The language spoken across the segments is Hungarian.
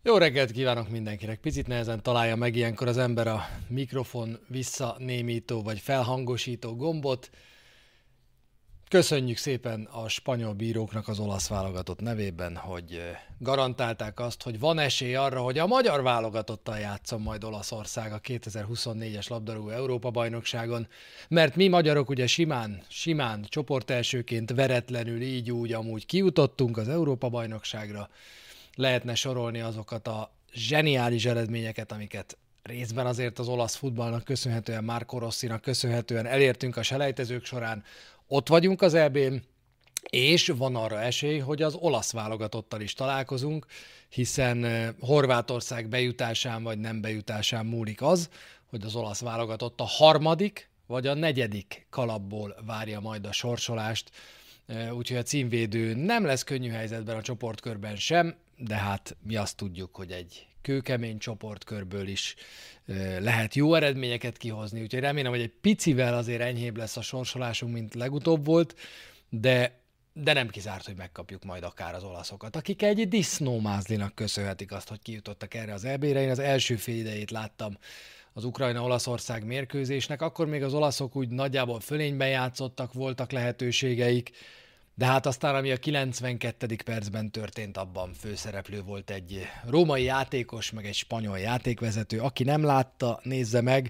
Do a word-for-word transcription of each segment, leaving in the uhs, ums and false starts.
Jó reggelt kívánok mindenkinek! Picit nehezen találja meg ilyenkor az ember a mikrofon visszanémító vagy felhangosító gombot. Köszönjük szépen a spanyol bíróknak az olasz válogatott nevében, hogy garantálták azt, hogy van esély arra, hogy a magyar válogatottal játszon majd Olaszország a kétezer-huszonnégyes labdarúgó Európa-bajnokságon, mert mi magyarok ugye simán, simán csoportelsőként veretlenül így úgy amúgy kijutottunk az Európa-bajnokságra. Lehetne sorolni azokat a zseniális eredményeket, amiket részben azért az olasz futballnak köszönhetően, Marco Rossinak köszönhetően elértünk a selejtezők során. Ott vagyunk az é bén, és van arra esély, hogy az olasz válogatottal is találkozunk, hiszen Horvátország bejutásán vagy nem bejutásán múlik az, hogy az olasz válogatott a harmadik vagy a negyedik kalapból várja majd a sorsolást, úgyhogy a címvédő nem lesz könnyű helyzetben a csoportkörben sem, de hát mi azt tudjuk, hogy egy kőkemény csoportkörből is lehet jó eredményeket kihozni, úgyhogy remélem, hogy egy picivel azért enyhébb lesz a sorsolásunk, mint legutóbb volt, de, de nem kizárt, hogy megkapjuk majd akár az olaszokat, akik egy disznómázlinak köszönhetik azt, hogy kijutottak erre az é bére. Én az első fél idejét láttam az Ukrajna-Olaszország mérkőzésnek, akkor még az olaszok úgy nagyjából fölényben játszottak, voltak lehetőségeik, de hát aztán, ami a kilencvenkettedik percben történt, abban főszereplő volt egy római játékos, meg egy spanyol játékvezető. Aki nem látta, nézze meg.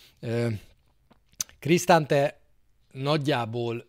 Cristante nagyjából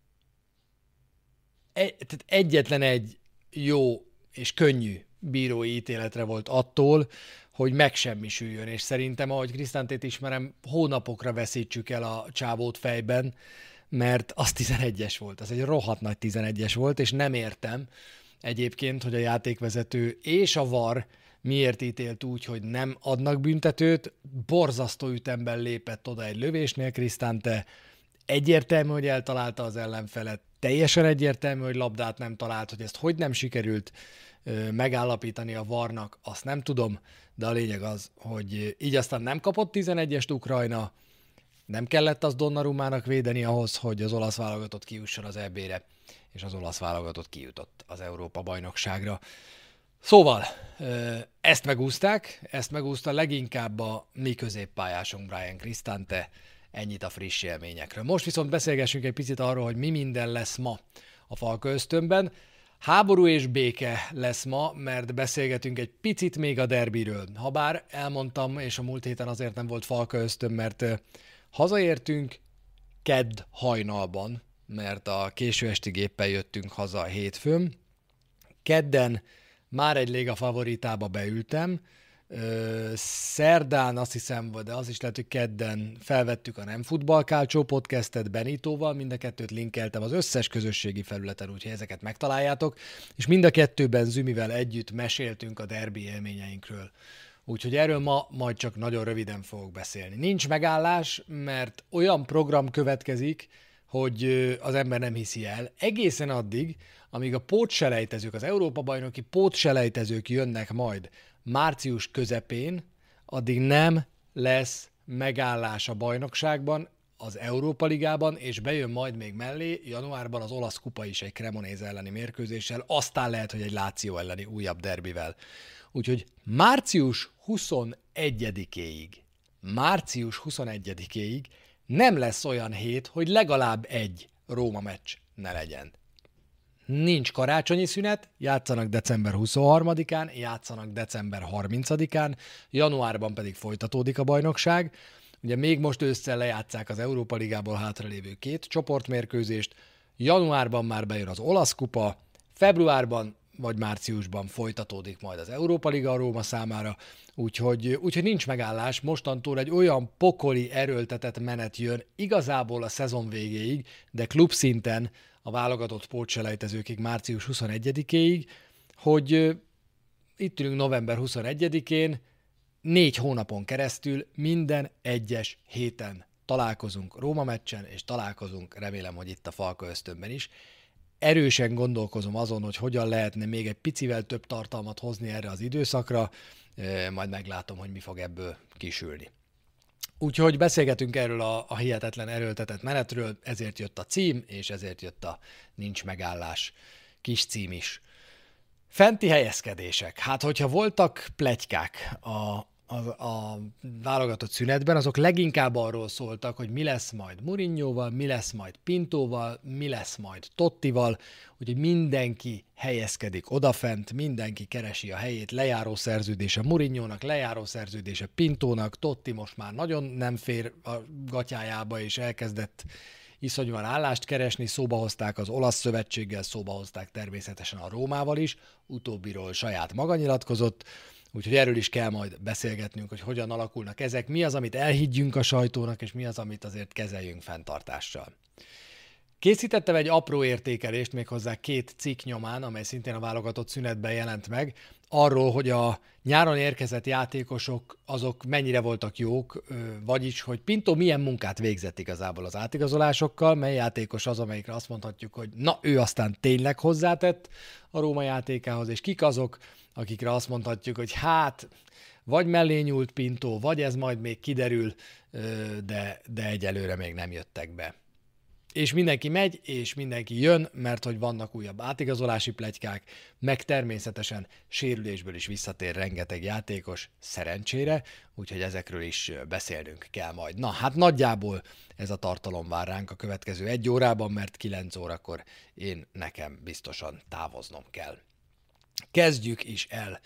egy, tehát egyetlen egy jó és könnyű bírói ítéletre volt attól, hogy megsemmisüljön, és szerintem, ahogy Cristantét ismerem, hónapokra veszítsük el a csávót fejben, mert az tizenegyes volt, az egy rohadt nagy tizenegyes volt, és nem értem egyébként, hogy a játékvezető és a VAR miért ítélt úgy, hogy nem adnak büntetőt. Borzasztó ütemben lépett oda egy lövésnél Cristante, egyértelmű, hogy eltalálta az ellenfelet, teljesen egyértelmű, hogy labdát nem talált, hogy ezt hogy nem sikerült ö, megállapítani a VAR-nak, azt nem tudom, de a lényeg az, hogy így aztán nem kapott tizenegyest Ukrajna, nem kellett az Donnarumának védeni ahhoz, hogy az olasz válogatott kijusson az é bére, és az olasz válogatott kijutott az Európa-bajnokságra. Szóval ezt megúszták, ezt megúszta leginkább a mi középpályásunk Bryan Cristante, ennyit a friss élményekről. Most viszont beszélgessünk egy picit arról, hogy mi minden lesz ma a Falka Ösztönben. Háború és béke lesz ma, mert beszélgetünk egy picit még a derbiről. Habár elmondtam, és a múlt héten azért nem volt Falka Ösztön, mert hazaértünk kedd hajnalban, mert a késő esti géppel jöttünk haza a hétfőn. Kedden már egy Liga favoritába beültem, szerdán azt hiszem, de az is lehet, hogy kedden felvettük a Nem Futball Calcio podcastet Benitóval, mind a kettőt linkeltem az összes közösségi felületen, úgyhogy ezeket megtaláljátok, és mind a kettőben Zümivel együtt meséltünk a derbi élményeinkről. Úgyhogy erről ma majd csak nagyon röviden fogok beszélni. Nincs megállás, mert olyan program következik, hogy az ember nem hiszi el. Egészen addig, amíg a pótselejtezők, az Európa-bajnoki pótselejtezők jönnek majd március közepén, addig nem lesz megállás a bajnokságban, az Európa Ligában, és bejön majd még mellé januárban az olasz kupa is egy Cremonese elleni mérkőzéssel, aztán lehet, hogy egy Lazio elleni újabb derbivel. Úgyhogy március huszonegyedikéig, március huszonegyedikéig nem lesz olyan hét, hogy legalább egy Róma meccs ne legyen. Nincs karácsonyi szünet, játszanak december huszonharmadikán, játszanak december harmincadikán, januárban pedig folytatódik a bajnokság. Ugye még most ősszel lejátszák az Európa Ligából hátralévő két csoportmérkőzést, januárban már bejön az olasz kupa, februárban vagy márciusban folytatódik majd az Európa Liga a Róma számára, úgyhogy, úgyhogy nincs megállás, mostantól egy olyan pokoli erőltetett menet jön igazából a szezon végéig, de klubszinten a válogatott pótselejtezőkig március huszonegyedikéig, hogy uh, itt ülünk november huszonegyedikén, négy hónapon keresztül minden egyes héten találkozunk Róma meccsen, és találkozunk, remélem, hogy itt a Falka Ösztönben is. Erősen gondolkozom azon, hogy hogyan lehetne még egy picivel több tartalmat hozni erre az időszakra, majd meglátom, hogy mi fog ebből kisülni. Úgyhogy beszélgetünk erről a, a hihetetlen erőltetett menetről, ezért jött a cím, és ezért jött a nincs megállás kis cím is. Fenti helyezkedések. Hát, hogyha voltak pletykák a, a, a válogatott szünetben, azok leginkább arról szóltak, hogy mi lesz majd Mourinhoval, mi lesz majd Pintóval, mi lesz majd Tottival, úgyhogy mindenki helyezkedik odafent, mindenki keresi a helyét, lejáró szerződése Mourinhónak, lejáró szerződése Pintónak, Totti most már nagyon nem fér a gatyájába, és elkezdett iszonyúan állást keresni, szóba hozták az olasz szövetséggel, szóba hozták természetesen a Rómával is, utóbbiról saját maga nyilatkozott, úgyhogy erről is kell majd beszélgetnünk, hogy hogyan alakulnak ezek, mi az, amit elhiggyünk a sajtónak, és mi az, amit azért kezeljünk fenntartással. Készítettem egy apró értékelést méghozzá két cikk nyomán, amely szintén a válogatott szünetben jelent meg, arról, hogy a nyáron érkezett játékosok azok mennyire voltak jók, vagyis, hogy Pinto milyen munkát végzett igazából az átigazolásokkal, mely játékos az, amelyikre azt mondhatjuk, hogy na, ő aztán tényleg hozzátett a Róma játékához, és kik azok, akikre azt mondhatjuk, hogy hát, vagy mellé nyúlt Pinto, vagy ez majd még kiderül, de, de egyelőre még nem jöttek be. És mindenki megy, és mindenki jön, mert hogy vannak újabb átigazolási pletykák, meg természetesen sérülésből is visszatér rengeteg játékos, szerencsére, úgyhogy ezekről is beszélnünk kell majd. Na, hát nagyjából ez a tartalom vár ránk a következő egy órában, mert kilenc órakor én nekem biztosan távoznom kell. Kezdjük is el.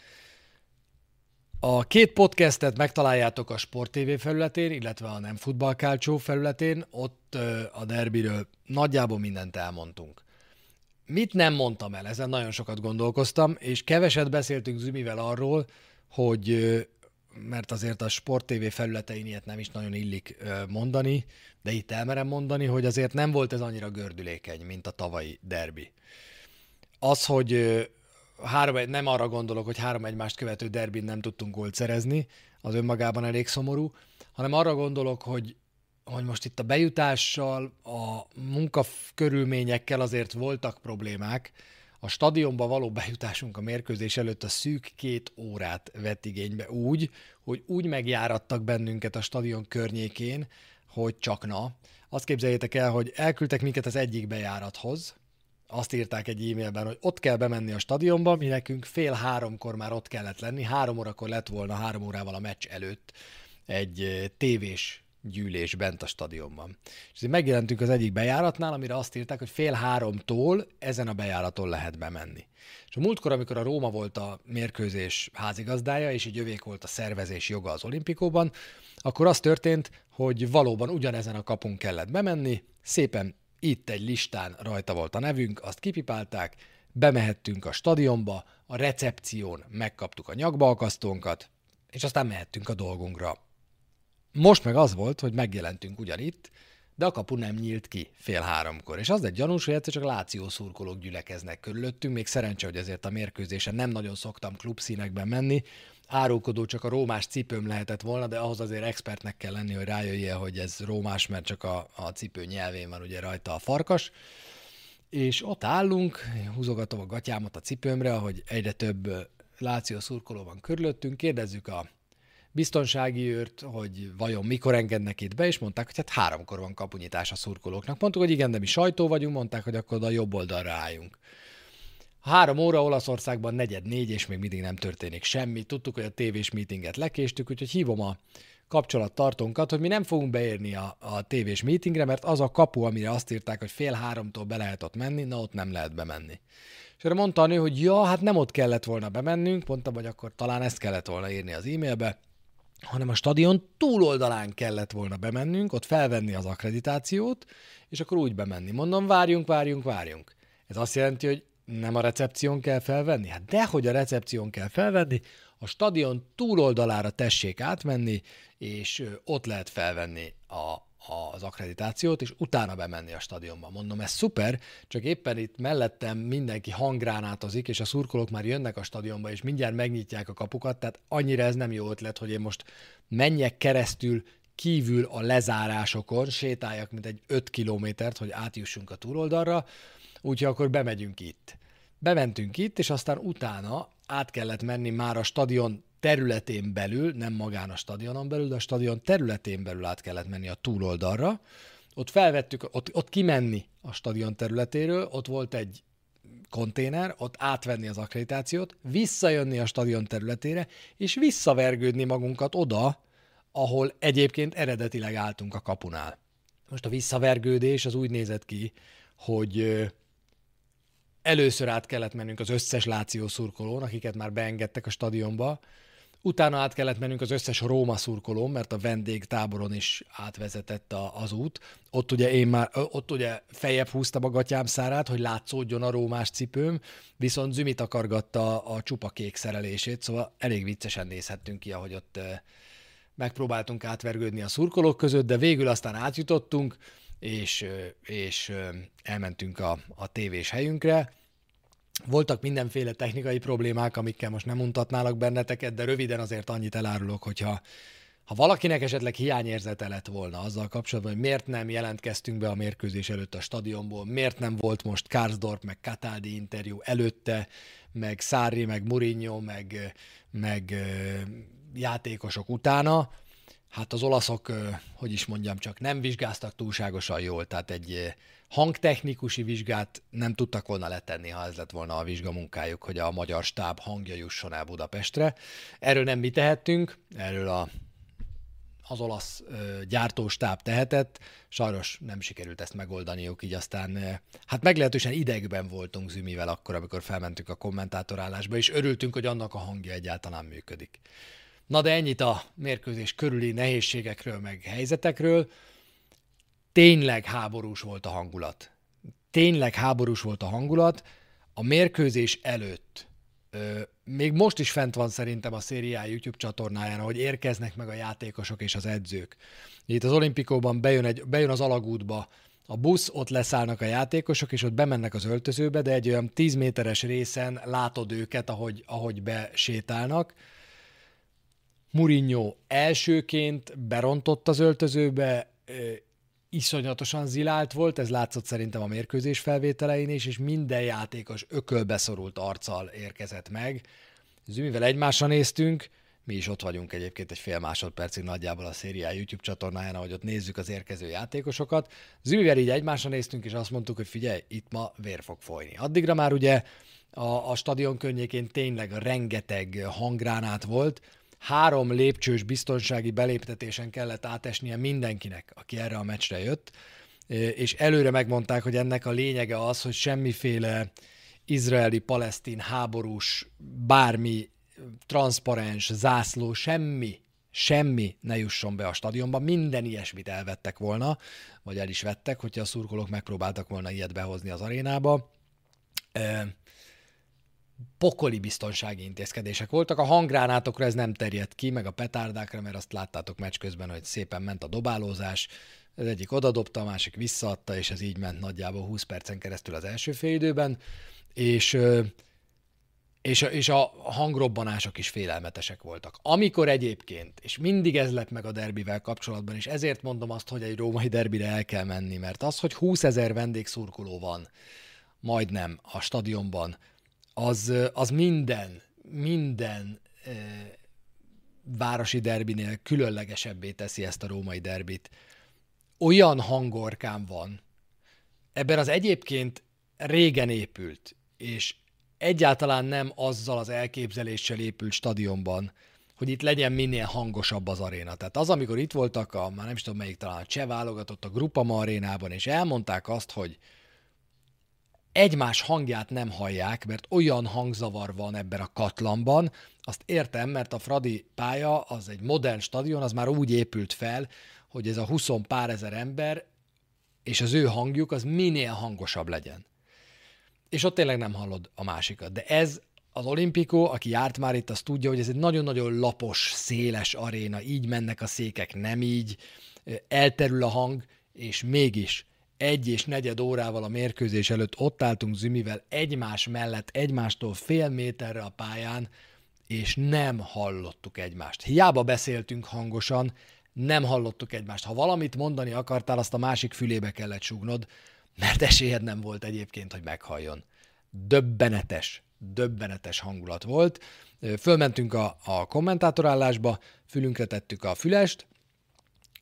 A két podcastet megtaláljátok a Sport té vé felületén, illetve a Nem Futball Calcio felületén, ott a derbiről nagyjából mindent elmondtunk. Mit nem mondtam el? Ezen nagyon sokat gondolkoztam, és keveset beszéltünk Zümivel arról, hogy, mert azért a Sport té vé felületein ilyet nem is nagyon illik mondani, de itt elmerem mondani, hogy azért nem volt ez annyira gördülékeny, mint a tavalyi derbi. Az, hogy Három, nem arra gondolok, hogy három egymást követő derbin nem tudtunk gólt szerezni, az önmagában elég szomorú, hanem arra gondolok, hogy, hogy most itt a bejutással, a munkakörülményekkel azért voltak problémák. A stadionba való bejutásunk a mérkőzés előtt a szűk két órát vett igénybe úgy, hogy úgy megjárattak bennünket a stadion környékén, hogy csak na. Azt képzeljétek el, hogy elküldtek minket az egyik bejárathoz, azt írták egy e-mailben, hogy ott kell bemenni a stadionba, mi nekünk fél háromkor már ott kellett lenni, három órakor lett volna három órával a meccs előtt egy tévés gyűlés bent a stadionban. És megjelentünk az egyik bejáratnál, amire azt írták, hogy fél háromtól ezen a bejáraton lehet bemenni. És a múltkor, amikor a Róma volt a mérkőzés házigazdája, és így övék volt a szervezés joga az olimpikóban, akkor az történt, hogy valóban ugyanezen a kapun kellett bemenni, szépen itt egy listán rajta volt a nevünk, azt kipipálták, bemehettünk a stadionba, a recepción megkaptuk a nyakbalkasztónkat, és aztán mehettünk a dolgunkra. Most meg az volt, hogy megjelentünk ugyanitt, de a kapu nem nyílt ki fél háromkor. És az egy gyanús, hogy egyszer csak Láció szurkolók gyülekeznek körülöttünk, még szerencse, hogy azért a mérkőzésen nem nagyon szoktam klubszínekben menni, árulkodó csak a rómás cipőm lehetett volna, de ahhoz azért expertnek kell lenni, hogy rájöjjél, hogy ez rómás, mert csak a, a cipő nyelvén van ugye rajta a farkas. És ott állunk, húzogatom a gatyámat a cipőmre, ahogy egyre több Láció szurkoló van körülöttünk, kérdezzük a biztonsági őrt, hogy vajon mikor engednek itt be, és mondták, hogy hát háromkor van kapunyitás a szurkolóknak. Mondtuk, hogy igen, de mi sajtó vagyunk, mondták, hogy akkor a jobb oldalra álljunk. Három óra Olaszországban negyed négy, és még mindig nem történik semmi. Tudtuk, hogy a tévés meetinget lekéstük, úgyhogy hívom a kapcsolattartónkat, hogy mi nem fogunk beérni a, a tévés meetingre, mert az a kapu, amire azt írták, hogy fél háromtól be lehet ott menni, na ott nem lehet bemenni. És erre mondta a nő, hogy ja, hát nem ott kellett volna bemennünk, mondtam, hogy akkor talán ezt kellett volna írni az e-mailbe, hanem a stadion túloldalán kellett volna bemennünk, ott felvenni az akkreditációt, és akkor úgy bemenni. Mondom, várjunk, várjunk, várjunk. Ez azt jelenti, hogy nem a recepción kell felvenni? Hát dehogy a recepción kell felvenni, a stadion túloldalára tessék átmenni, és ott lehet felvenni a, az akkreditációt, és utána bemenni a stadionba. Mondom, ez szuper, csak éppen itt mellettem mindenki hanggránátozik, és a szurkolók már jönnek a stadionba, és mindjárt megnyitják a kapukat, tehát annyira ez nem jó ötlet, hogy én most menjek keresztül kívül a lezárásokon, sétáljak, mint egy öt kilométert, hogy átjussunk a túloldalra, úgyhogy akkor bemegyünk itt. Bementünk itt, és aztán utána át kellett menni már a stadion területén belül, nem magán a stadionon belül, de a stadion területén belül át kellett menni a túloldalra. Ott felvettük, ott, ott kimenni a stadion területéről, ott volt egy konténer, ott átvenni az akkreditációt, visszajönni a stadion területére, és visszavergődni magunkat oda, ahol egyébként eredetileg álltunk a kapunál. Most a visszavergődés az úgy nézett ki, hogy először át kellett mennünk az összes Láció szurkolón, akiket már beengedtek a stadionba, utána át kellett mennünk az összes Róma szurkolón, mert a vendégtáboron is átvezetett a, az út. Ott ugye én már, ott ugye feljebb húztam a gatyám szárát, hogy látszódjon a rómás cipőm, viszont Zümi takargatta a csupa kék szerelését, szóval elég viccesen nézhettünk ki, ahogy ott megpróbáltunk átvergődni a szurkolók között, de végül aztán átjutottunk, és, és elmentünk a, a tévés helyünkre. Voltak mindenféle technikai problémák, amikkel most nem untatnálak benneteket, de röviden azért annyit elárulok, hogyha ha valakinek esetleg hiányérzete lett volna azzal kapcsolatban, hogy miért nem jelentkeztünk be a mérkőzés előtt a stadionból, miért nem volt most Karsdorp, meg Cataldi interjú előtte, meg Sarri, meg Mourinho, meg, meg játékosok utána, hát az olaszok, hogy is mondjam, csak nem vizsgáztak túlságosan jól, tehát egy hangtechnikusi vizsgát nem tudtak volna letenni, ha ez lett volna a vizsgamunkájuk, hogy a magyar stáb hangja jusson el Budapestre. Erről nem mi tehettünk, erről a, az olasz ö, gyártóstáb tehetett, sajnos nem sikerült ezt megoldaniuk, így aztán ö, hát meglehetősen idegben voltunk Zümivel akkor, amikor felmentünk a kommentátorállásba, és örültünk, hogy annak a hangja egyáltalán működik. Na de ennyit a mérkőzés körüli nehézségekről, meg helyzetekről. Tényleg háborús volt a hangulat. Tényleg háborús volt a hangulat. A mérkőzés előtt, ö, még most is fent van szerintem a Serie A YouTube csatornáján, ahogy érkeznek meg a játékosok és az edzők. Itt az Olimpikóban bejön, egy, bejön az alagútba a busz, ott leszállnak a játékosok, és ott bemennek az öltözőbe, de egy olyan tíz méteres részen látod őket, ahogy, ahogy besétálnak. Mourinho elsőként berontott az öltözőbe, iszonyatosan zilált volt, ez látszott szerintem a mérkőzés felvételein is, és minden játékos ökölbeszorult arccal érkezett meg. Zümivel egymásra néztünk, mi is ott vagyunk egyébként egy fél másodpercig nagyjából a Serie A YouTube csatornáján, ahogy ott nézzük az érkező játékosokat. Zümivel így egymásra néztünk, és azt mondtuk, hogy figyelj, itt ma vér fog folyni. Addigra már ugye a, a stadion környékén tényleg rengeteg hanggránát volt, három lépcsős biztonsági beléptetésen kellett átesnie mindenkinek, aki erre a meccsre jött, és előre megmondták, hogy ennek a lényege az, hogy semmiféle izraeli-palesztin háborús, bármi transzparens, zászló, semmi, semmi ne jusson be a stadionba, minden ilyesmit elvettek volna, vagy el is vettek, hogyha a szurkolók megpróbáltak volna ilyet behozni az arénába. Pokoli biztonsági intézkedések voltak. A hanggránátokra ez nem terjedt ki, meg a petárdákra, mert azt láttátok meccs közben, hogy szépen ment a dobálózás. Az egyik odadobta, a másik visszaadta, és ez így ment nagyjából húsz percen keresztül az első félidőben, és, és, és a hangrobbanások is félelmetesek voltak. Amikor egyébként, és mindig ez lett meg a derbivel kapcsolatban, és ezért mondom azt, hogy egy római derbire el kell menni, mert az, hogy húszezer vendégszurkoló van majdnem a stadionban, Az, az minden, minden e, városi derbinél különlegesebbé teszi ezt a római derbit. Olyan hangorkán van, ebben az egyébként régen épült, és egyáltalán nem azzal az elképzeléssel épült stadionban, hogy itt legyen minél hangosabb az aréna. Tehát az, amikor itt voltak, a, már nem is tudom melyik, talán a cseh válogatott a Groupama arénában, és elmondták azt, hogy egymás hangját nem hallják, mert olyan hangzavar van ebben a katlanban. Azt értem, mert a Fradi pálya az egy modern stadion, az már úgy épült fel, hogy ez a húsz pár ezer ember, és az ő hangjuk az minél hangosabb legyen. És ott tényleg nem hallod a másikat. De ez az Olimpikó, aki járt már itt, az tudja, hogy ez egy nagyon-nagyon lapos, széles aréna, így mennek a székek, nem így, elterül a hang, és mégis egy és negyed órával a mérkőzés előtt ott álltunk Zümivel egymás mellett, egymástól fél méterre a pályán, és nem hallottuk egymást. Hiába beszéltünk hangosan, nem hallottuk egymást. Ha valamit mondani akartál, azt a másik fülébe kellett súgnod, mert esélyed nem volt egyébként, hogy meghalljon. Döbbenetes, döbbenetes hangulat volt. Fölmentünk a, a kommentátorállásba, fülünkre tettük a fülest,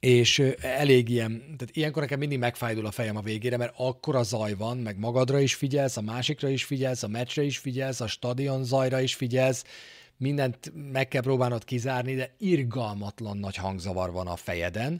és elég ilyen, tehát ilyenkor nekem mindig megfájdul a fejem a végére, mert akkora zaj van, meg magadra is figyelsz, a másikra is figyelsz, a meccsre is figyelsz, a stadion zajra is figyelsz, mindent meg kell próbálnod kizárni, de irgalmatlan nagy hangzavar van a fejeden,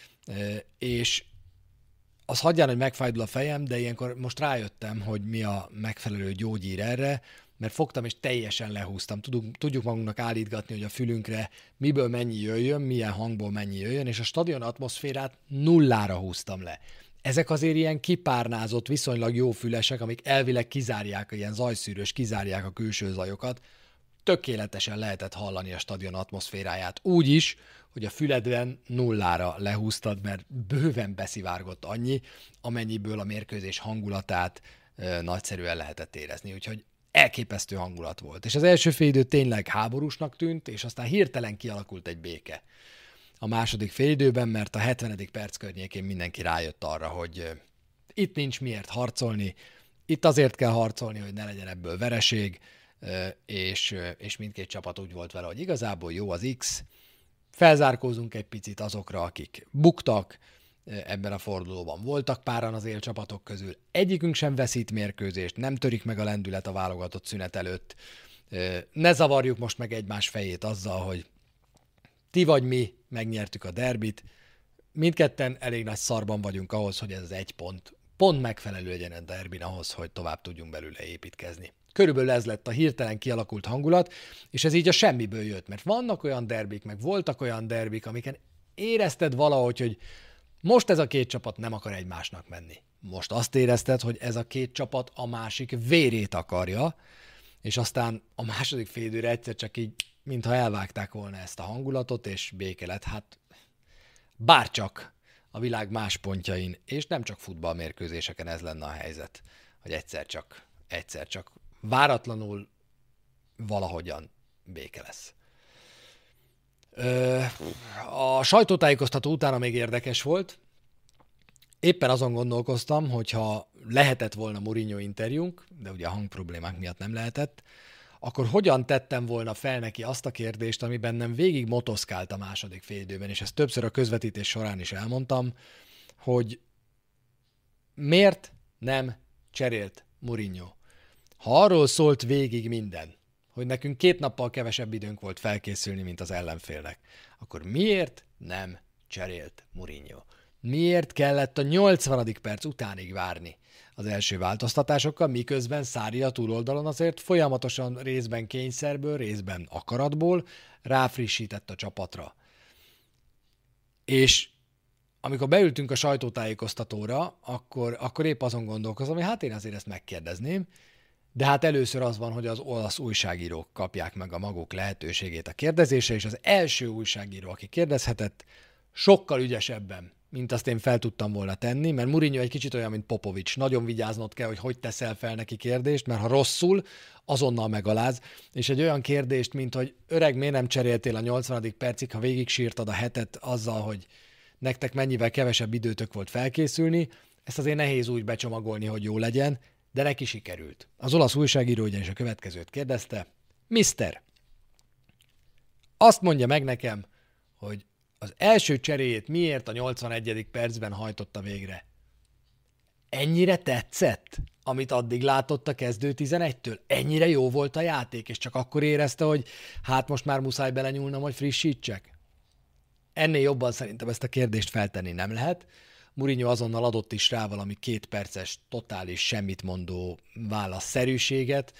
és az hagyján, hogy megfájdul a fejem, de ilyenkor most rájöttem, hogy mi a megfelelő gyógyír erre, mert fogtam és teljesen lehúztam. Tudjuk, tudjuk magunknak állítgatni, hogy a fülünkre miből mennyi jöjjön, milyen hangból mennyi jöjjön, és a stadion atmoszférát nullára húztam le. Ezek azért ilyen kipárnázott, viszonylag jó fülesek, amik elvileg kizárják, ilyen zajszűrős, kizárják a külső zajokat. Tökéletesen lehetett hallani a stadion atmoszféráját úgy is, hogy a füledben nullára lehúztad, mert bőven beszivárgott annyi, amennyiből a mérkőzés hangulatát ö, nagyszerűen lehetett érezni. Úgyhogy elképesztő hangulat volt. És az első félidő tényleg háborúsnak tűnt, és aztán hirtelen kialakult egy béke a második félidőben, mert a hetvenedik perc környékén mindenki rájött arra, hogy itt nincs miért harcolni, itt azért kell harcolni, hogy ne legyen ebből vereség, és, és mindkét csapat úgy volt vele, hogy igazából jó az X, felzárkózunk egy picit azokra, akik buktak, ebben a fordulóban voltak páran az élcsapatok közül, egyikünk sem veszít mérkőzést, nem törik meg a lendület a válogatott szünet előtt, ne zavarjuk most meg egymás fejét azzal, hogy ti vagy mi, megnyertük a derbit, mindketten elég nagy szarban vagyunk ahhoz, hogy ez az egy pont pont megfelelő legyen a derbin ahhoz, hogy tovább tudjunk belőle építkezni. Körülbelül ez lett a hirtelen kialakult hangulat, és ez így a semmiből jött, mert vannak olyan derbik, meg voltak olyan derbik, amiken érezted valahogy, hogy most ez a két csapat nem akar egymásnak menni. Most azt érezted, hogy ez a két csapat a másik vérét akarja, és aztán a második félidőre egyszer csak így, mintha elvágták volna ezt a hangulatot, és béke lett. Hát bárcsak a világ más pontjain, és nem csak futballmérkőzéseken ez lenne a helyzet, hogy egyszer csak, egyszer csak váratlanul valahogyan béke lesz. Ö, a sajtótájékoztató utána még érdekes volt. Éppen azon gondolkoztam, hogyha lehetett volna Mourinho interjúnk, de ugye a hangproblémák miatt nem lehetett, akkor hogyan tettem volna fel neki azt a kérdést, ami bennem végig motoszkált a második félidőben, és ezt többször a közvetítés során is elmondtam, hogy miért nem cserélt Mourinho? Ha arról szólt végig minden, hogy nekünk két nappal kevesebb időnk volt felkészülni, mint az ellenfélnek, akkor miért nem cserélt Mourinho? Miért kellett a nyolcvanadik perc utánig várni az első változtatásokkal, miközben Sarri a túloldalon azért folyamatosan részben kényszerből, részben akaratból ráfrissített a csapatra. És amikor beültünk a sajtótájékoztatóra, akkor, akkor épp azon gondolkozom, hogy hát én azért ezt megkérdezném, de hát először az van, hogy az olasz újságírók kapják meg a maguk lehetőségét a kérdezésre, és az első újságíró, aki kérdezhetett, sokkal ügyesebben, mint azt én fel tudtam volna tenni, mert Mourinho egy kicsit olyan, mint Popovics. Nagyon vigyáznod kell, hogy hogy teszel fel neki kérdést, mert ha rosszul, azonnal megaláz. És egy olyan kérdést, mint hogy öreg, miért nem cseréltél a nyolcvanadik percig, ha végig sírtad a hetet azzal, hogy nektek mennyivel kevesebb időtök volt felkészülni, ezt azért nehéz úgy becsomagolni, hogy jó legyen, de neki sikerült. Az olasz újságíró ugyanis a következőt kérdezte. Mister, azt mondja meg nekem, hogy az első cseréjét miért a nyolcvanegyedik percben hajtotta végre? Ennyire tetszett, amit addig látott a kezdő tizenegytől? Ennyire jó volt a játék, és csak akkor érezte, hogy hát most már muszáj belenyúlnom, hogy frissítsek? Ennél jobban szerintem ezt a kérdést feltenni nem lehet. Mourinho azonnal adott is rá valami két perces, totális semmit mondó válaszszerűséget.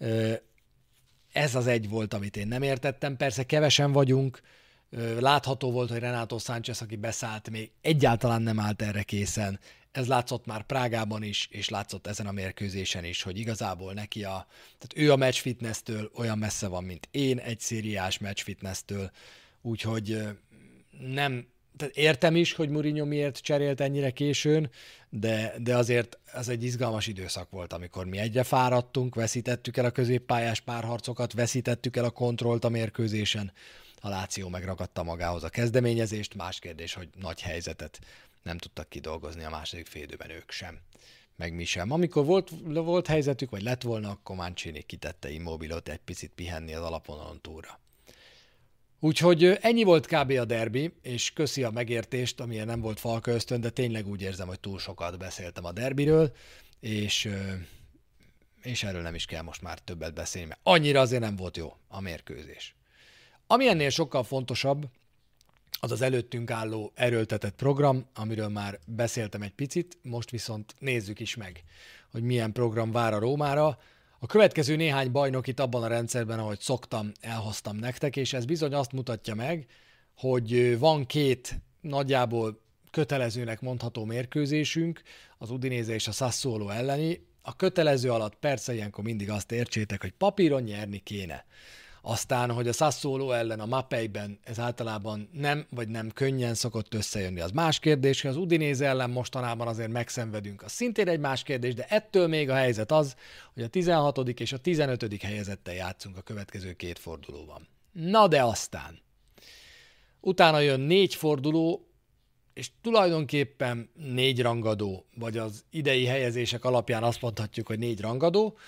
Ez az egy volt, amit én nem értettem. Persze kevesen vagyunk, látható volt, hogy Renato Sánchez, aki beszállt, még egyáltalán nem állt erre készen. Ez látszott már Prágában is, és látszott ezen a mérkőzésen is, hogy igazából neki a... Tehát ő a match fitnesstől olyan messze van, mint én egy szériás match fitnesstől, úgyhogy nem... Tehát értem is, hogy Mourinho miért cserélt ennyire későn, de, de azért ez egy izgalmas időszak volt, amikor mi egyre fáradtunk, veszítettük el a középpályás párharcokat, veszítettük el a kontrollt a mérkőzésen, a Lazio megragadta magához a kezdeményezést, más kérdés, hogy nagy helyzetet nem tudtak kidolgozni a második félidőben ők sem, meg mi sem. Amikor volt, volt helyzetük, vagy lett volna, akkor Mancini kitette Immobilot egy picit pihenni az alapvonalon túlra. Úgyhogy ennyi volt kb. A derbi, és köszi a megértést, amilyen nem volt Falka Ösztön, de tényleg úgy érzem, hogy túl sokat beszéltem a derbiről, és, és erről nem is kell most már többet beszélni, mert annyira azért nem volt jó a mérkőzés. Ami ennél sokkal fontosabb, az az előttünk álló erőltetett program, amiről már beszéltem egy picit, most viszont nézzük is meg, hogy milyen program vár a Rómára. A következő néhány bajnokit abban a rendszerben, ahogy szoktam, elhoztam nektek, és ez bizony azt mutatja meg, hogy van két nagyjából kötelezőnek mondható mérkőzésünk, az Udinese és a Sassuolo elleni. A kötelező alatt persze ilyenkor mindig azt értsétek, hogy papíron nyerni kéne. Aztán, hogy a Sassuolo ellen a Mapei-ben ez általában nem, vagy nem könnyen szokott összejönni. Az más kérdés, hogy az Udinese ellen mostanában azért megszenvedünk. Az szintén egy más kérdés, de ettől még a helyzet az, hogy a tizenhatodik és a tizenötödik helyezettel játszunk a következő két fordulóban. Na de aztán. Utána jön négy forduló, és tulajdonképpen négy rangadó, vagy az idei helyezések alapján azt mondhatjuk, hogy négy rangadó.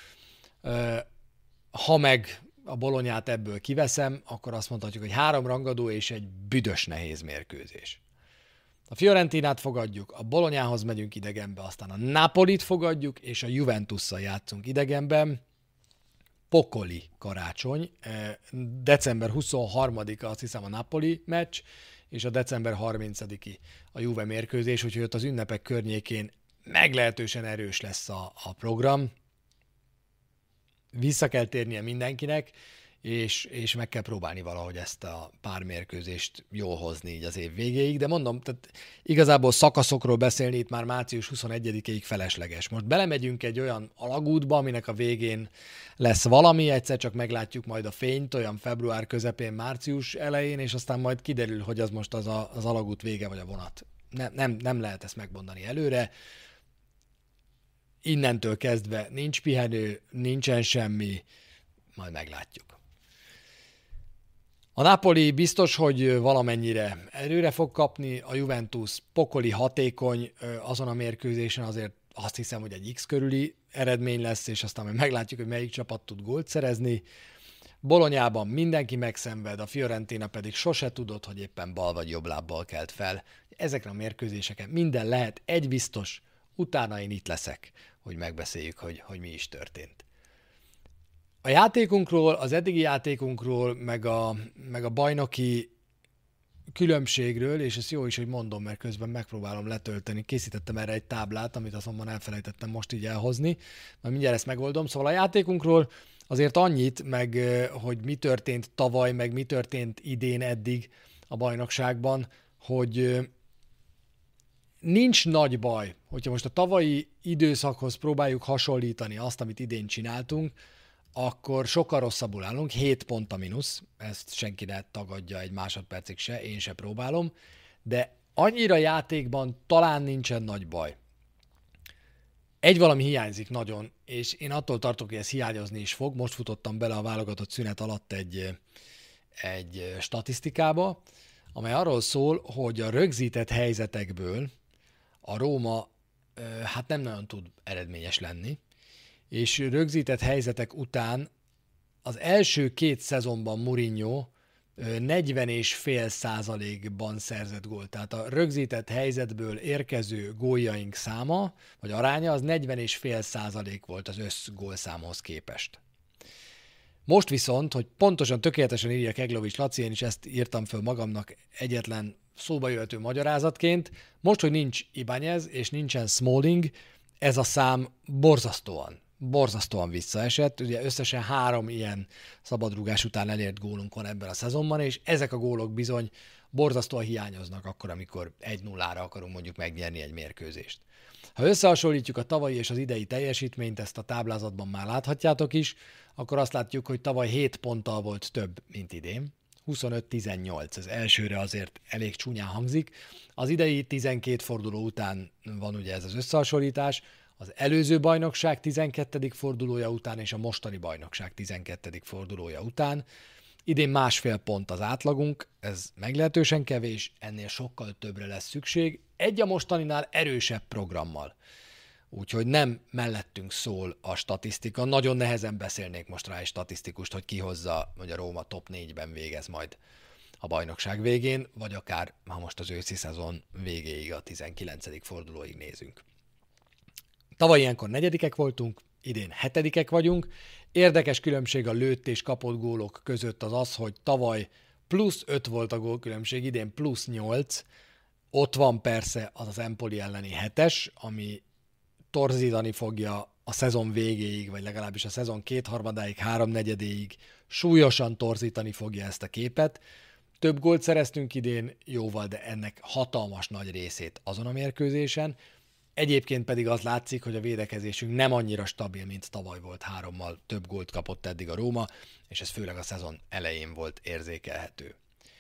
Ha meg a Bolonyát ebből kiveszem, akkor azt mondhatjuk, hogy három rangadó és egy büdös nehéz mérkőzés. A Fiorentinát fogadjuk, a Bolonyához megyünk idegenbe, aztán a Napolit fogadjuk, és a Juventusszal játszunk idegenben. Pokoli karácsony. december huszonharmadika azt hiszem a Napoli meccs, és a december harmincadika a Juve mérkőzés, úgyhogy ott az ünnepek környékén meglehetősen erős lesz a, a program. Vissza kell térnie mindenkinek, és, és meg kell próbálni valahogy ezt a pár mérkőzést jól hozni így az év végéig, de mondom, tehát igazából szakaszokról beszélni itt már március huszonegyedikéig felesleges. Most belemegyünk egy olyan alagútba, aminek a végén lesz valami, egyszer csak meglátjuk majd a fényt, olyan február közepén, március elején, és aztán majd kiderül, hogy az most az, a, az alagút vége vagy a vonat. Nem, nem, nem lehet ezt megmondani előre. Innentől kezdve nincs pihenő, nincsen semmi, majd meglátjuk. A Napoli biztos, hogy valamennyire erőre fog kapni, a Juventus pokoli hatékony azon a mérkőzésen, azért azt hiszem, hogy egy X körüli eredmény lesz, és aztán majd meglátjuk, hogy melyik csapat tud gólt szerezni. Bolonyában mindenki megszenved, a Fiorentina pedig sose tudott, hogy éppen bal vagy jobb lábbal kelt fel. Ezekre a mérkőzéseken minden lehet, egy biztos, utána én itt leszek, hogy megbeszéljük, hogy, hogy mi is történt. A játékunkról, az eddigi játékunkról, meg a, meg a bajnoki különbségről, és ez jó is, hogy mondom, mert közben megpróbálom letölteni. Készítettem erre egy táblát, amit azonban elfelejtettem most így elhozni, mert mindjárt ezt megoldom. Szóval a játékunkról azért annyit, meg hogy mi történt tavaly, meg mi történt idén eddig a bajnokságban, hogy nincs nagy baj, hogyha most a tavalyi időszakhoz próbáljuk hasonlítani azt, amit idén csináltunk, akkor sokkal rosszabbul állunk, hét pont a mínusz, ezt senki ne tagadja egy másodpercig se, én se próbálom, de annyira játékban talán nincsen nagy baj. Egy valami hiányzik nagyon, és én attól tartok, hogy ez hiányozni is fog. Most futottam bele a válogatott szünet alatt egy, egy statisztikába, amely arról szól, hogy a rögzített helyzetekből a Róma hát nem nagyon tud eredményes lenni, és rögzített helyzetek után az első két szezonban Mourinho negyven egész öt százalékban szerzett gólt. Tehát a rögzített helyzetből érkező góljaink száma, vagy aránya, az negyven egész öt százalék volt az összgólszámhoz képest. Most viszont, hogy pontosan tökéletesen írja Keglovics Laci, én is ezt írtam föl magamnak egyetlen szóba jöhető magyarázatként, most, hogy nincs Ibáñez és nincsen Smalling, ez a szám borzasztóan, borzasztóan visszaesett. Ugye összesen három ilyen szabadrúgás után elért gólunk van ebben a szezonban, és ezek a gólok bizony borzasztóan hiányoznak akkor, amikor egy nullára akarunk mondjuk megnyerni egy mérkőzést. Ha összehasonlítjuk a tavalyi és az idei teljesítményt, ezt a táblázatban már láthatjátok is, akkor azt látjuk, hogy tavaly hét ponttal volt több, mint idén. huszonöt tizennyolc, ez elsőre azért elég csúnyán hangzik. Az idei tizenkét forduló után van ugye ez az összehasonlítás, az előző bajnokság tizenkettedik fordulója után és a mostani bajnokság tizenkettedik fordulója után. Idén másfél pont az átlagunk, ez meglehetősen kevés, ennél sokkal többre lesz szükség, egy a mostaninál erősebb programmal. Úgyhogy nem mellettünk szól a statisztika, nagyon nehezen beszélnék most rá egy statisztikust, hogy kihozza, hogy a Róma top négyben végez majd a bajnokság végén, vagy akár, ha most az őszi szezon végéig, a tizenkilencedik fordulóig nézünk. Tavaly ilyenkor negyedikek voltunk, idén hetedikek vagyunk. Érdekes különbség a lőtt és kapott gólok között az az, hogy tavaly plusz öt volt a gólkülönbség, idén plusz nyolc. Ott van persze az az Empoli elleni hetes, ami torzítani fogja a szezon végéig, vagy legalábbis a szezon kétharmadáig, háromnegyedéig súlyosan torzítani fogja ezt a képet. Több gólt szereztünk idén, jóval, de ennek hatalmas nagy részét azon a mérkőzésen. Egyébként pedig az látszik, hogy a védekezésünk nem annyira stabil, mint tavaly volt, hárommal több gólt kapott eddig a Róma, és ez főleg a szezon elején volt érzékelhető.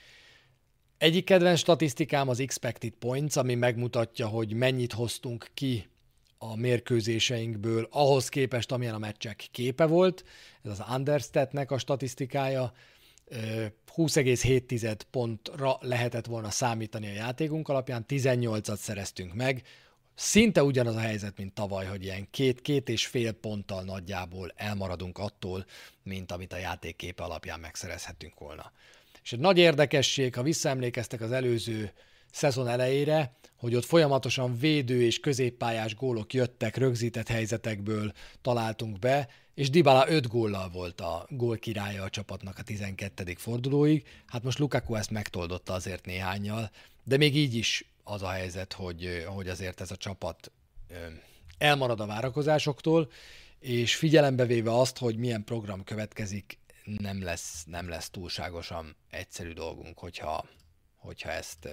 Egyik kedvenc statisztikám az expected points, ami megmutatja, hogy mennyit hoztunk ki a mérkőzéseinkből ahhoz képest, amilyen a meccsek képe volt. Ez az Understatnek a statisztikája. húsz egész hét pontra lehetett volna számítani a játékunk alapján, tizennyolcat szereztünk meg. Szinte ugyanaz a helyzet, mint tavaly, hogy ilyen két, két és fél ponttal nagyjából elmaradunk attól, mint amit a játékképe alapján megszerezhetünk volna. És egy nagy érdekesség, ha visszaemlékeztek az előző szezon elejére, hogy ott folyamatosan védő és középpályás gólok jöttek, rögzített helyzetekből találtunk be, és Dybala öt góllal volt a gólkirálya a csapatnak a tizenkettedik fordulóig. Hát most Lukaku ezt megtoldotta azért néhánnyal, de még így is az a helyzet, hogy, hogy azért ez a csapat elmarad a várakozásoktól, és figyelembe véve azt, hogy milyen program következik, nem lesz, nem lesz túlságosan egyszerű dolgunk, hogyha, hogyha, ezt,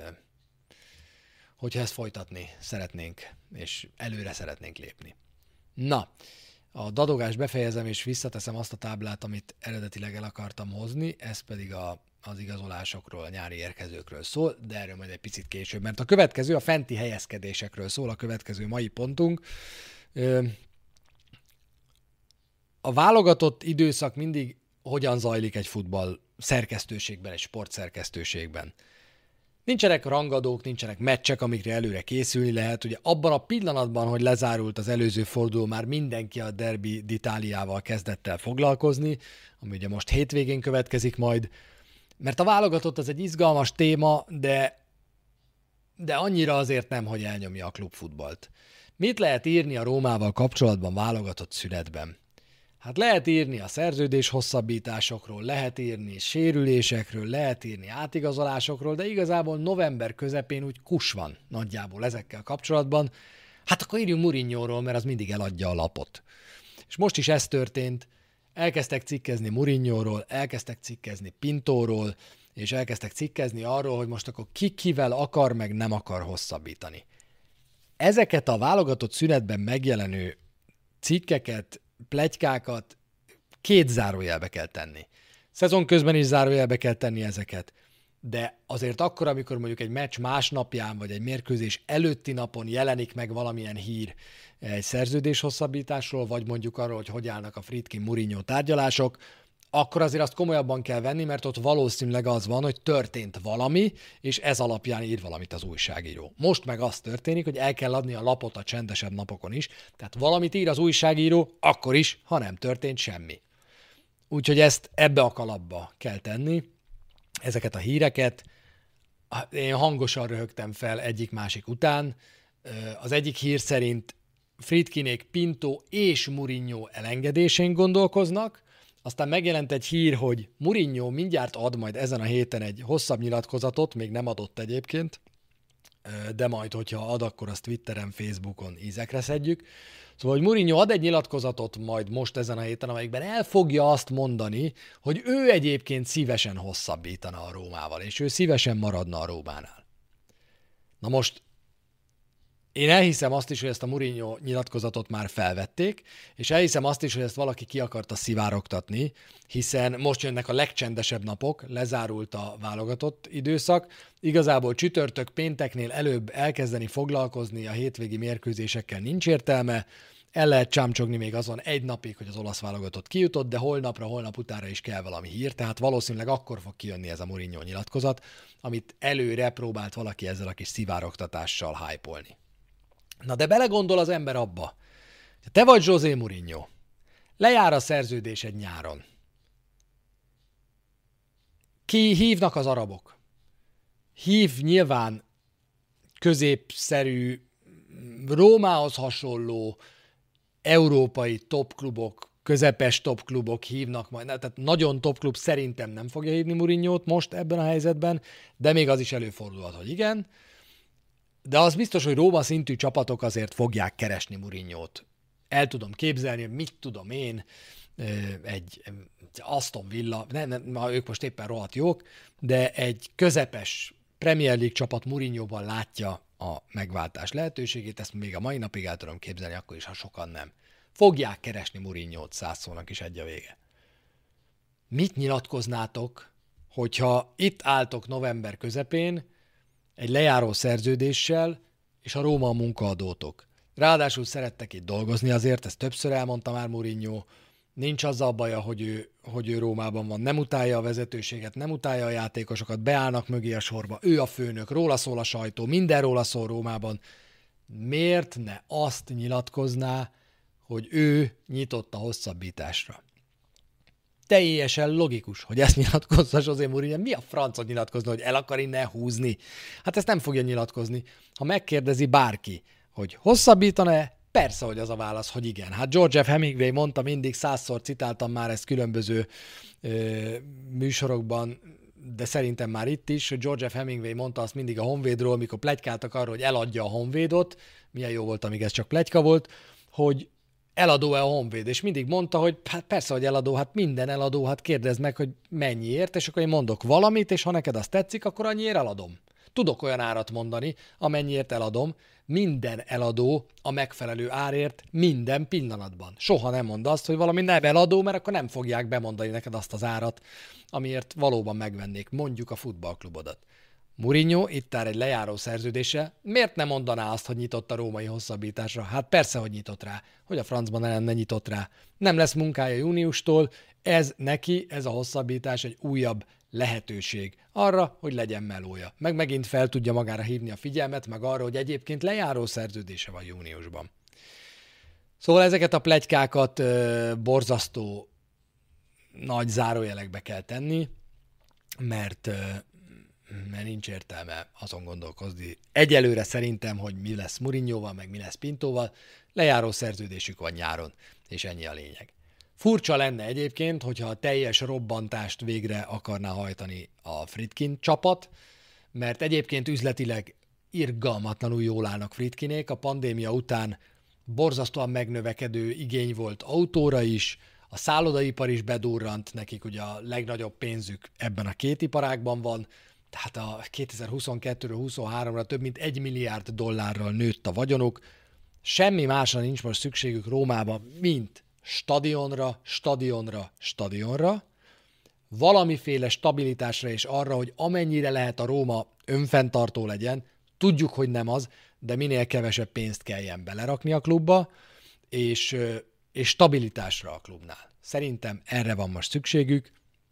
hogyha ezt folytatni szeretnénk, és előre szeretnénk lépni. Na, a dadogást befejezem, és visszateszem azt a táblát, amit eredetileg el akartam hozni, ez pedig a az igazolásokról, a nyári érkezőkről szól, de erről majd egy picit később, mert a következő a fenti helyezkedésekről szól, a következő mai pontunk. A válogatott időszak mindig hogyan zajlik egy futball szerkesztőségben, egy sportszerkesztőségben. Nincsenek rangadók, nincsenek meccsek, amikre előre készülni lehet. Ugye abban a pillanatban, hogy lezárult az előző forduló, már mindenki a Derby d'Italiával kezdett el foglalkozni, ami ugye most hétvégén következik majd, mert a válogatott az egy izgalmas téma, de, de annyira azért nem, hogy elnyomja a klubfutballt. Mit lehet írni a Rómával kapcsolatban válogatott szünetben? Hát lehet írni a szerződés hosszabbításokról, lehet írni sérülésekről, lehet írni átigazolásokról, de igazából november közepén úgy kus van nagyjából ezekkel kapcsolatban. Hát akkor írjunk Mourinhoról, mert az mindig eladja a lapot. És most is ez történt. Elkezdtek cikkezni Mourinhoról, elkezdtek cikkezni Pintóról, és elkezdtek cikkezni arról, hogy most akkor ki kivel akar, meg nem akar hosszabbítani. Ezeket a válogatott szünetben megjelenő cikkeket, pletykákat két zárójelbe kell tenni. Szezon közben is zárójelbe kell tenni ezeket, de azért akkor, amikor mondjuk egy meccs másnapján, vagy egy mérkőzés előtti napon jelenik meg valamilyen hír egy szerződés hosszabbításról, vagy mondjuk arról, hogy hogy állnak a Friedkin-Mourinho tárgyalások, akkor azért azt komolyabban kell venni, mert ott valószínűleg az van, hogy történt valami, és ez alapján ír valamit az újságíró. Most meg az történik, hogy el kell adni a lapot a csendesebb napokon is, tehát valamit ír az újságíró, akkor is, ha nem történt semmi. Úgyhogy ezt ebbe a kalapba kell tenni, ezeket a híreket. Én hangosan röhögtem fel egyik-másik után. Az egyik hír szerint Friedkinék Pinto és Mourinho elengedésén gondolkoznak, aztán megjelent egy hír, hogy Mourinho mindjárt ad majd ezen a héten egy hosszabb nyilatkozatot, még nem adott egyébként, de majd, hogyha ad, akkor azt Twitteren, Facebookon ízekre szedjük. Szóval, hogy Mourinho ad egy nyilatkozatot majd most ezen a héten, amelyikben el fogja azt mondani, hogy ő egyébként szívesen hosszabbítana a Rómával, és ő szívesen maradna a Rómánál. Na most én elhiszem azt is, hogy ezt a Mourinho nyilatkozatot már felvették, és elhiszem azt is, hogy ezt valaki ki akarta szivárogtatni, hiszen most jönnek a legcsendesebb napok, lezárult a válogatott időszak. Igazából csütörtök, pénteknél előbb elkezdeni foglalkozni a hétvégi mérkőzésekkel nincs értelme, el lehet csámcsogni még azon egy napig, hogy az olasz válogatott kijutott, de holnapra, holnap utára is kell valami hír, tehát valószínűleg akkor fog kijönni ez a Mourinho nyilatkozat, amit előre próbált valaki ezzel a kis szivárogtatással hype-olni. Na de belegondol az ember abba, te vagy José Mourinho, lejár a szerződésed nyáron. Ki hívnak az arabok? Hív nyilván középszerű, Rómához hasonló európai topklubok, közepes topklubok hívnak majd. Tehát nagyon topklub szerintem nem fogja hívni Mourinhót most ebben a helyzetben, de még az is előfordulhat, hogy igen. De az biztos, hogy Róma szintű csapatok azért fogják keresni Mourinhót. El tudom képzelni, mit tudom én, egy Aston Villa, nem, nem, ők most éppen rohadt jók, de egy közepes Premier League csapat Mourinhóban látja a megváltás lehetőségét, ezt még a mai napig el tudom képzelni, akkor is, ha sokan nem. Fogják keresni Mourinhót, száz szónak is egy a vége. Mit nyilatkoznátok, hogyha itt álltok november közepén egy lejáró szerződéssel, és a Róma a munkaadótok? Ráadásul szerettek itt dolgozni azért, ezt többször elmondta már Mourinho, nincs azzal baja, hogy ő, hogy ő Rómában van, nem utálja a vezetőséget, nem utálja a játékosokat, beállnak mögé a sorba, ő a főnök, róla szól a sajtó, minden róla szól Rómában. Miért ne azt nyilatkozná, hogy ő nyitott a hosszabbításra? Teljesen logikus, hogy ezt nyilatkozza José Mourinho. Mi a francot nyilatkozni, hogy el akar innen húzni? Hát ezt nem fogja nyilatkozni. Ha megkérdezi bárki, hogy hosszabbítana-e, persze, hogy az a válasz, hogy igen. Hát George F. Hemingway mondta mindig, százszor citáltam már ezt különböző ö, műsorokban, de szerintem már itt is, hogy George F. Hemingway mondta azt mindig a Honvédról, mikor pletykáltak arról, hogy eladja a Honvédot, milyen jó volt, amíg ez csak pletyka volt, hogy eladó-e a Honvéd, és mindig mondta, hogy hát persze, hogy eladó, hát minden eladó, hát kérdezd meg, hogy mennyiért, és akkor én mondok valamit, és ha neked azt tetszik, akkor annyiért eladom. Tudok olyan árat mondani, amennyiért eladom, minden eladó a megfelelő árért minden pillanatban. Soha nem mond azt, hogy valami nem eladó, mert akkor nem fogják bemondani neked azt az árat, amiért valóban megvennék mondjuk a futballklubodat. Mourinho itt áll egy lejáró szerződése, miért nem mondaná azt, hogy nyitott a római hosszabbításra? Hát persze, hogy nyitott rá. Hogy a francban ne lenne nyitott rá. Nem lesz munkája júniustól, ez neki, ez a hosszabbítás egy újabb lehetőség arra, hogy legyen melója. Meg megint fel tudja magára hívni a figyelmet, meg arra, hogy egyébként lejáró szerződése van júniusban. Szóval ezeket a pletykákat ö, borzasztó nagy zárójelekbe kell tenni, mert, ö, mert nincs értelme azon gondolkozni. Egyelőre szerintem, hogy mi lesz Mourinhoval, meg mi lesz Pintóval, lejáró szerződésük van nyáron, és ennyi a lényeg. Furcsa lenne egyébként, hogyha a teljes robbantást végre akarná hajtani a Friedkin csapat, mert egyébként üzletileg irgalmatlanul jól állnak Friedkinék. A pandémia után borzasztóan megnövekedő igény volt autóra is, a szállodaipar is bedurrant, nekik ugye a legnagyobb pénzük ebben a két iparágban van, tehát a kétezer-huszonkettőről huszonháromra több mint egy milliárd dollárral nőtt a vagyonuk. Semmi másra nincs most szükségük Rómában, mint stadionra, stadionra, stadionra, valamiféle stabilitásra és arra, hogy amennyire lehet a Róma önfenntartó legyen, tudjuk, hogy nem az, de minél kevesebb pénzt kelljen belerakni a klubba, és, és stabilitásra a klubnál. Szerintem erre van most szükségük,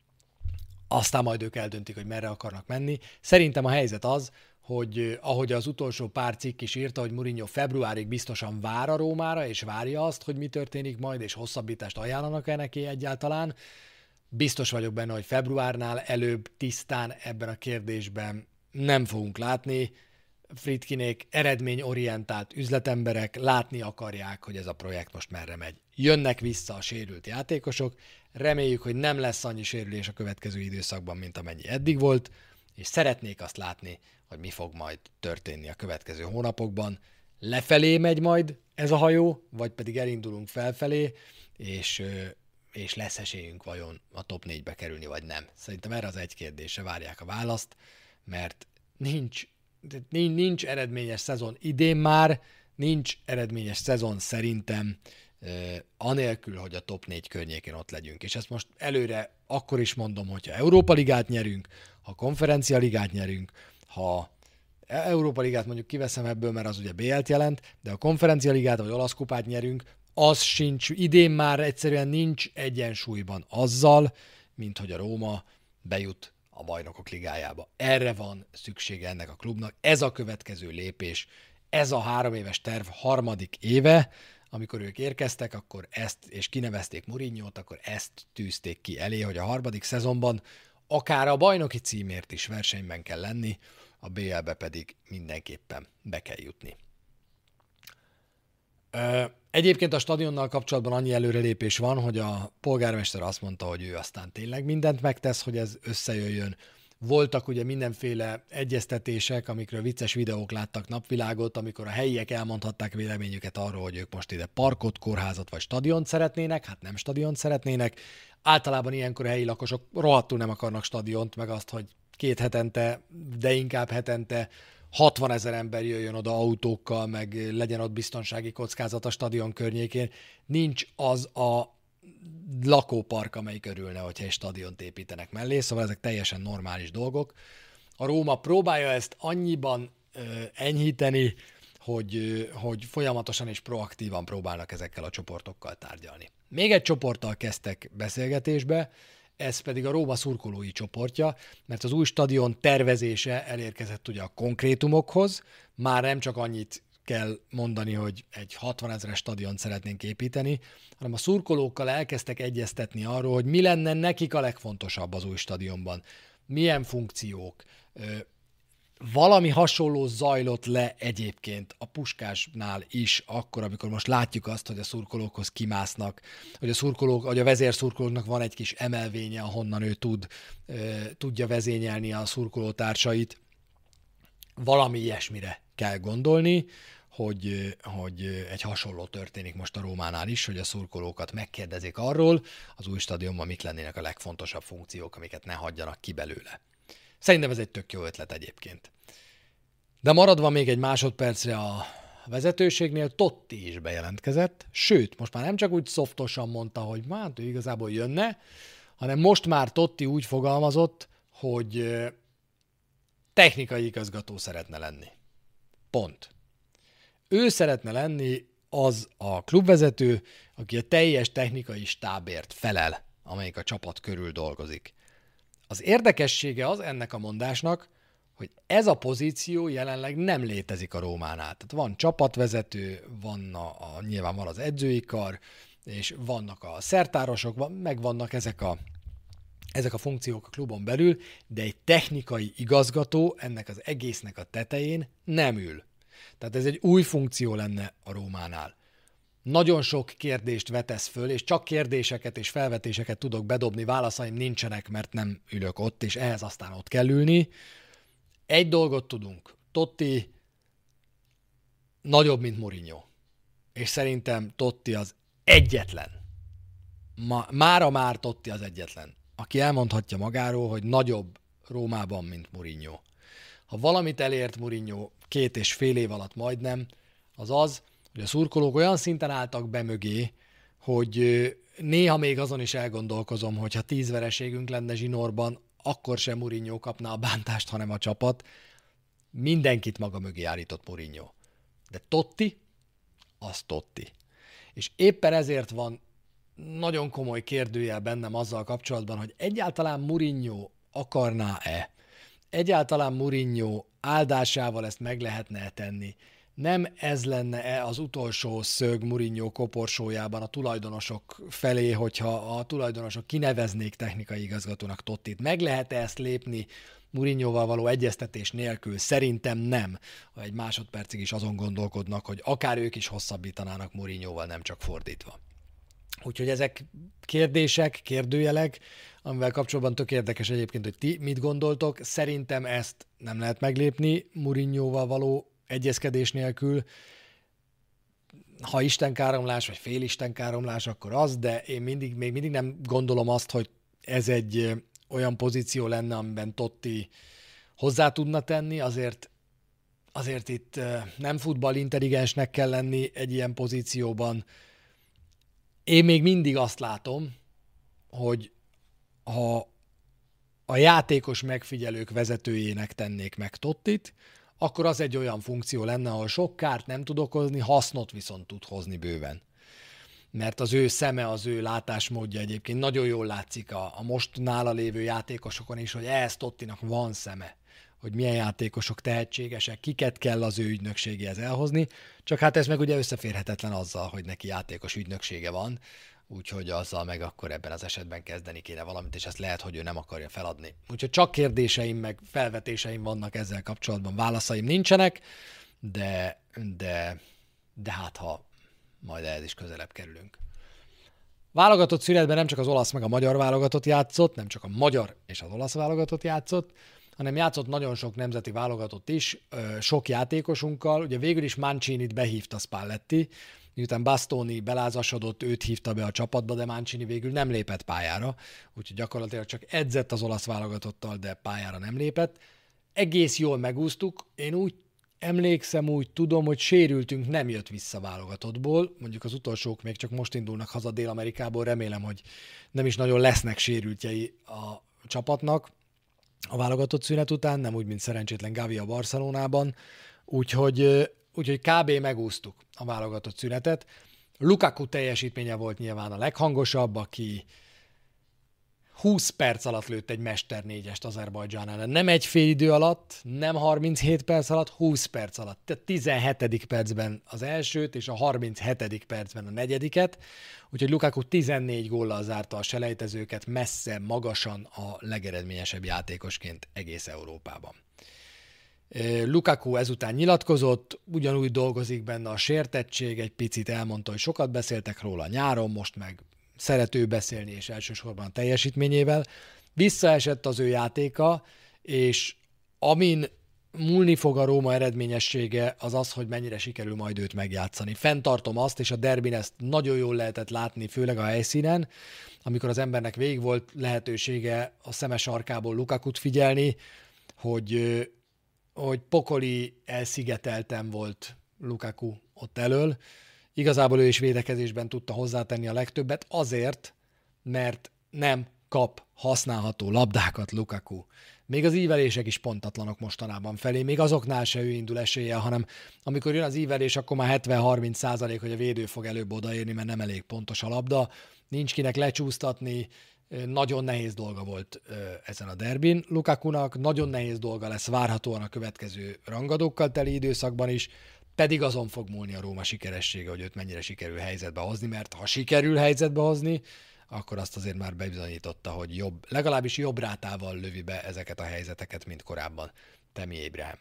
aztán majd ők eldöntik, hogy merre akarnak menni. Szerintem a helyzet az, hogy ahogy az utolsó pár cikk is írta, hogy Mourinho februárig biztosan vár a Rómára, és várja azt, hogy mi történik majd, és hosszabbítást ajánlanak-e neki egyáltalán. Biztos vagyok benne, hogy februárnál előbb tisztán ebben a kérdésben nem fogunk látni. Friedkinék eredményorientált üzletemberek, látni akarják, hogy ez a projekt most merre megy. Jönnek vissza a sérült játékosok, reméljük, hogy nem lesz annyi sérülés a következő időszakban, mint amennyi eddig volt, és szeretnék azt látni, hogy mi fog majd történni a következő hónapokban. Lefelé megy majd ez a hajó, vagy pedig elindulunk felfelé, és, és lesz esélyünk vajon a top négybe kerülni, vagy nem. Szerintem erre az egy kérdésre várják a választ, mert nincs, nincs eredményes szezon idén már, nincs eredményes szezon szerintem, anélkül, hogy a top négy környékén ott legyünk. És ezt most előre akkor is mondom, hogyha Európa Ligát nyerünk, ha Konferencia Ligát nyerünk, ha Európa Ligát mondjuk kiveszem ebből, mert az ugye bé el-t jelent, de a Konferencia Ligát vagy Olasz kupát nyerünk, az sincs, idén már egyszerűen nincs egyensúlyban azzal, mint hogy a Róma bejut a Bajnokok Ligájába. Erre van szüksége ennek a klubnak, ez a következő lépés, ez a három éves terv harmadik éve, amikor ők érkeztek, akkor ezt, és kinevezték Mourinhót, akkor ezt tűzték ki elé, hogy a harmadik szezonban akár a bajnoki címért is versenyben kell lenni, a bé el-be pedig mindenképpen be kell jutni. Egyébként a stadionnal kapcsolatban annyi előrelépés van, hogy a polgármester azt mondta, hogy ő aztán tényleg mindent megtesz, hogy ez összejöjjön. Voltak ugye mindenféle egyeztetések, amikről vicces videók láttak napvilágot, amikor a helyiek elmondhatták véleményüket arról, hogy ők most ide parkot, kórházat vagy stadiont szeretnének, hát nem stadiont szeretnének. Általában ilyenkor a helyi lakosok rohadtul nem akarnak stadiont, meg azt, hogy két hetente, de inkább hetente hatvanezer ember jöjjön oda autókkal, meg legyen ott biztonsági kockázat a stadion környékén. Nincs az a lakópark, amelyik örülne, hogyha egy stadiont építenek mellé, szóval ezek teljesen normális dolgok. A Róma próbálja ezt annyiban ö, enyhíteni, hogy, ö, hogy folyamatosan és proaktívan próbálnak ezekkel a csoportokkal tárgyalni. Még egy csoporttal kezdtek beszélgetésbe, ez pedig a Róma szurkolói csoportja, mert az új stadion tervezése elérkezett ugye a konkrétumokhoz, már nem csak annyit kell mondani, hogy egy hatvanezres stadiont szeretnénk építeni, hanem a szurkolókkal elkezdtek egyeztetni arról, hogy mi lenne nekik a legfontosabb az új stadionban, milyen funkciók. Valami hasonló zajlott le egyébként a Puskásnál is, akkor, amikor most látjuk azt, hogy a szurkolókhoz kimásznak, hogy a szurkolók, hogy a vezérszurkolóknak van egy kis emelvénye, ahonnan ő tud, tudja vezényelni a szurkolótársait. Valami ilyesmire kell gondolni, hogy, hogy egy hasonló történik most a Rómánál is, hogy a szurkolókat megkérdezik arról, az új stadionban mik lennének a legfontosabb funkciók, amiket ne hagyjanak ki belőle. Szerintem ez egy tök jó ötlet egyébként. De maradva még egy másodpercre a vezetőségnél, Totti is bejelentkezett, sőt, most már nem csak úgy szoftosan mondta, hogy hát ő igazából jönne, hanem most már Totti úgy fogalmazott, hogy technikai igazgató szeretne lenni. Pont. Ő szeretne lenni az a klubvezető, aki a teljes technikai stábért felel, amelyik a csapat körül dolgozik. Az érdekessége az ennek a mondásnak, hogy ez a pozíció jelenleg nem létezik a Rómánál. Tehát van csapatvezető, van a, a, nyilván van az edzői kar, és vannak a szertárosok, meg vannak ezek a, ezek a funkciók a klubon belül, de egy technikai igazgató ennek az egésznek a tetején nem ül. Tehát ez egy új funkció lenne a Rómánál. Nagyon sok kérdést vetesz föl, és csak kérdéseket és felvetéseket tudok bedobni, válaszaim nincsenek, mert nem ülök ott, és ehhez aztán ott kell ülni. Egy dolgot tudunk, Totti nagyobb, mint Mourinho. És szerintem Totti az egyetlen. Ma, mára már Totti az egyetlen, aki elmondhatja magáról, hogy nagyobb Rómában, mint Mourinho. Ha valamit elért Mourinho két és fél év alatt majdnem, az az, hogy a szurkolók olyan szinten álltak be mögé, hogy néha még azon is elgondolkozom, hogy ha tíz vereségünk lenne zsinórban, akkor sem Mourinho kapná a bántást, hanem a csapat. Mindenkit maga mögé állított Mourinho. De Totti, az Totti. És éppen ezért van nagyon komoly kérdőjel bennem azzal kapcsolatban, hogy egyáltalán Mourinho akarná-e, egyáltalán Mourinho áldásával ezt meg lehetne tenni. Nem ez lenne-e az utolsó szög Mourinho koporsójában a tulajdonosok felé, hogyha a tulajdonosok kineveznék technikai igazgatónak Tottit? Meg lehet-e ezt lépni Mourinhoval való egyeztetés nélkül? Szerintem nem. Ha egy másodpercig is azon gondolkodnak, hogy akár ők is hosszabbítanának Mourinhoval, nem csak fordítva. Úgyhogy ezek kérdések, kérdőjelek, amivel kapcsolatban tök érdekes egyébként, hogy ti mit gondoltok. Szerintem ezt nem lehet meglépni Mourinhoval való egyezkedés nélkül. Ha istenkáromlás, vagy fél istenkáromlás, akkor az, de én mindig, még mindig nem gondolom azt, hogy ez egy olyan pozíció lenne, amiben Totti hozzá tudna tenni, azért, azért itt nem futballintelligensnek kell lenni egy ilyen pozícióban. Én még mindig azt látom, hogy ha a játékos megfigyelők vezetőjének tennék meg Tottit, akkor az egy olyan funkció lenne, ahol sok kárt nem tud okozni, hasznot viszont tud hozni bőven. Mert az ő szeme, az ő látásmódja egyébként nagyon jól látszik a, a most nála lévő játékosokon is, hogy ehhez Tottinak van szeme, hogy milyen játékosok tehetségesek, kiket kell az ő ügynökségéhez elhozni, csak hát ez meg ugye összeférhetetlen azzal, hogy neki játékos ügynöksége van, úgyhogy azzal meg akkor ebben az esetben kezdeni kéne valamit, és ezt lehet, hogy ő nem akarja feladni. Úgyhogy csak kérdéseim, meg felvetéseim vannak ezzel kapcsolatban, válaszaim nincsenek, de, de, de hát ha majd ehhez is közelebb kerülünk. Válogatott szünetben nem csak az olasz meg a magyar válogatott játszott, nem csak a magyar és az olasz válogatott játszott, hanem játszott nagyon sok nemzeti válogatott is, sok játékosunkkal. Ugye végül is Mancinit behívta Spalletti, miután Bastoni belázasodott, őt hívta be a csapatba, de Mancini végül nem lépett pályára, úgyhogy gyakorlatilag csak edzett az olasz válogatottal, de pályára nem lépett. Egész jól megúsztuk, én úgy emlékszem, úgy tudom, hogy sérültünk, nem jött vissza válogatottból, mondjuk az utolsók még csak most indulnak haza Dél-Amerikából, remélem, hogy nem is nagyon lesznek sérültjei a csapatnak a válogatott szünet után, nem úgy, mint szerencsétlen Gavi a Barcelonában, úgyhogy, úgyhogy kb. Megúsztuk a válogatott szünetet. Lukaku teljesítménye volt nyilván a leghangosabb, aki húsz perc alatt lőtt egy mester négyest Azerbajdzsán ellen. Nem egy fél idő alatt, nem harminchét perc alatt, húsz perc alatt. Tehát tizenhetedik percben az elsőt, és a harminchetedik percben a negyediket. Úgyhogy Lukaku tizennégy góllal zárta a selejtezőket, messze, magasan a legeredményesebb játékosként egész Európában. Lukaku ezután nyilatkozott, ugyanúgy dolgozik benne a sértettség, egy picit elmondta, hogy sokat beszéltek róla nyáron, most meg szerető beszélni, és elsősorban a teljesítményével. Visszaesett az ő játéka, és amin múlni fog a Róma eredményessége, az az, hogy mennyire sikerül majd őt megjátszani. Fenntartom azt, és a derbin ezt nagyon jól lehetett látni, főleg a helyszínen, amikor az embernek végig volt lehetősége a szeme sarkából Lukakut figyelni, hogy, hogy pokoli elszigetelten volt Lukaku ott elől. Igazából ő is védekezésben tudta hozzátenni a legtöbbet, azért, mert nem kap használható labdákat Lukaku. Még az ívelések is pontatlanok mostanában felé, még azoknál se ő indul eséllyel, hanem amikor jön az ívelés, akkor már hetven-harminc százalék, hogy a védő fog előbb odaérni, mert nem elég pontos a labda, nincs kinek lecsúsztatni, nagyon nehéz dolga volt ezen a derbin Lukakunak, nagyon nehéz dolga lesz várhatóan a következő rangadókkal teli időszakban is, pedig azon fog múlni a Róma sikeressége, hogy őt mennyire sikerül helyzetbe hozni, mert ha sikerül helyzetbe hozni, akkor azt azért már bebizonyította, hogy jobb, legalábbis jobb rátával lövi be ezeket a helyzeteket, mint korábban Tammy Abraham.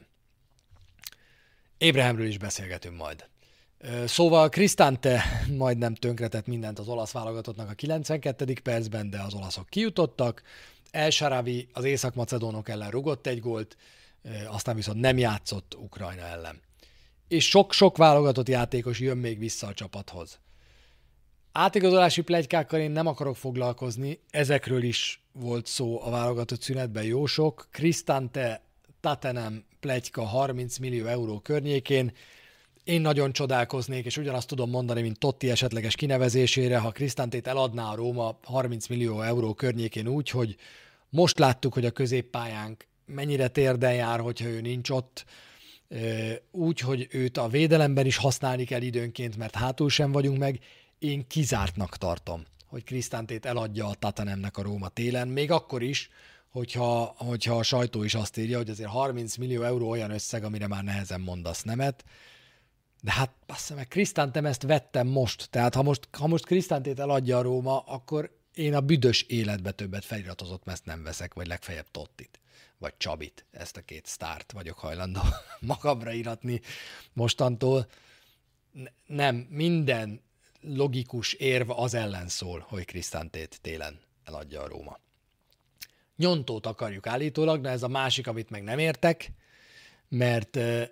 Abrahamről is beszélgetünk majd. Szóval Cristante majdnem tönkretett mindent az olasz válogatottnak a kilencvenkettedik percben, de az olaszok kijutottak. El Shaarawy az észak-macedónok ellen rugott egy gólt, aztán viszont nem játszott Ukrajna ellen. És sok-sok válogatott játékos jön még vissza a csapathoz. Átigazolási pletykákkal én nem akarok foglalkozni, ezekről is volt szó a válogatott szünetben jó sok. Cristante, Tottenham pletyka harminc millió euró környékén. Én nagyon csodálkoznék, és ugyanazt tudom mondani, mint Totti esetleges kinevezésére, ha Cristantét eladná a Róma harminc millió euró környékén úgy, hogy most láttuk, hogy a középpályánk mennyire térden jár, hogyha ő nincs ott, úgy, hogy őt a védelemben is használni kell időnként, mert hátul sem vagyunk meg. Én kizártnak tartom, hogy Cristantét eladja a Tottenhamnek a Róma télen, még akkor is, hogyha, hogyha a sajtó is azt írja, hogy azért harminc millió euró olyan összeg, amire már nehezen mondasz nemet. De hát bassza meg, Cristantem ezt vettem most. Tehát ha most, ha most Cristantét eladja a Róma, akkor én a büdös életbe többet feliratozott meszt nem veszek, vagy legfeljebb Tottit, vagy Csabit, ezt a két sztárt vagyok hajlandó magamra iratni mostantól. Nem, minden logikus érv az ellen szól, hogy Cristantét télen eladja a Róma. Nyontót akarjuk állítólag, de ez a másik, amit meg nem értek, mert euh,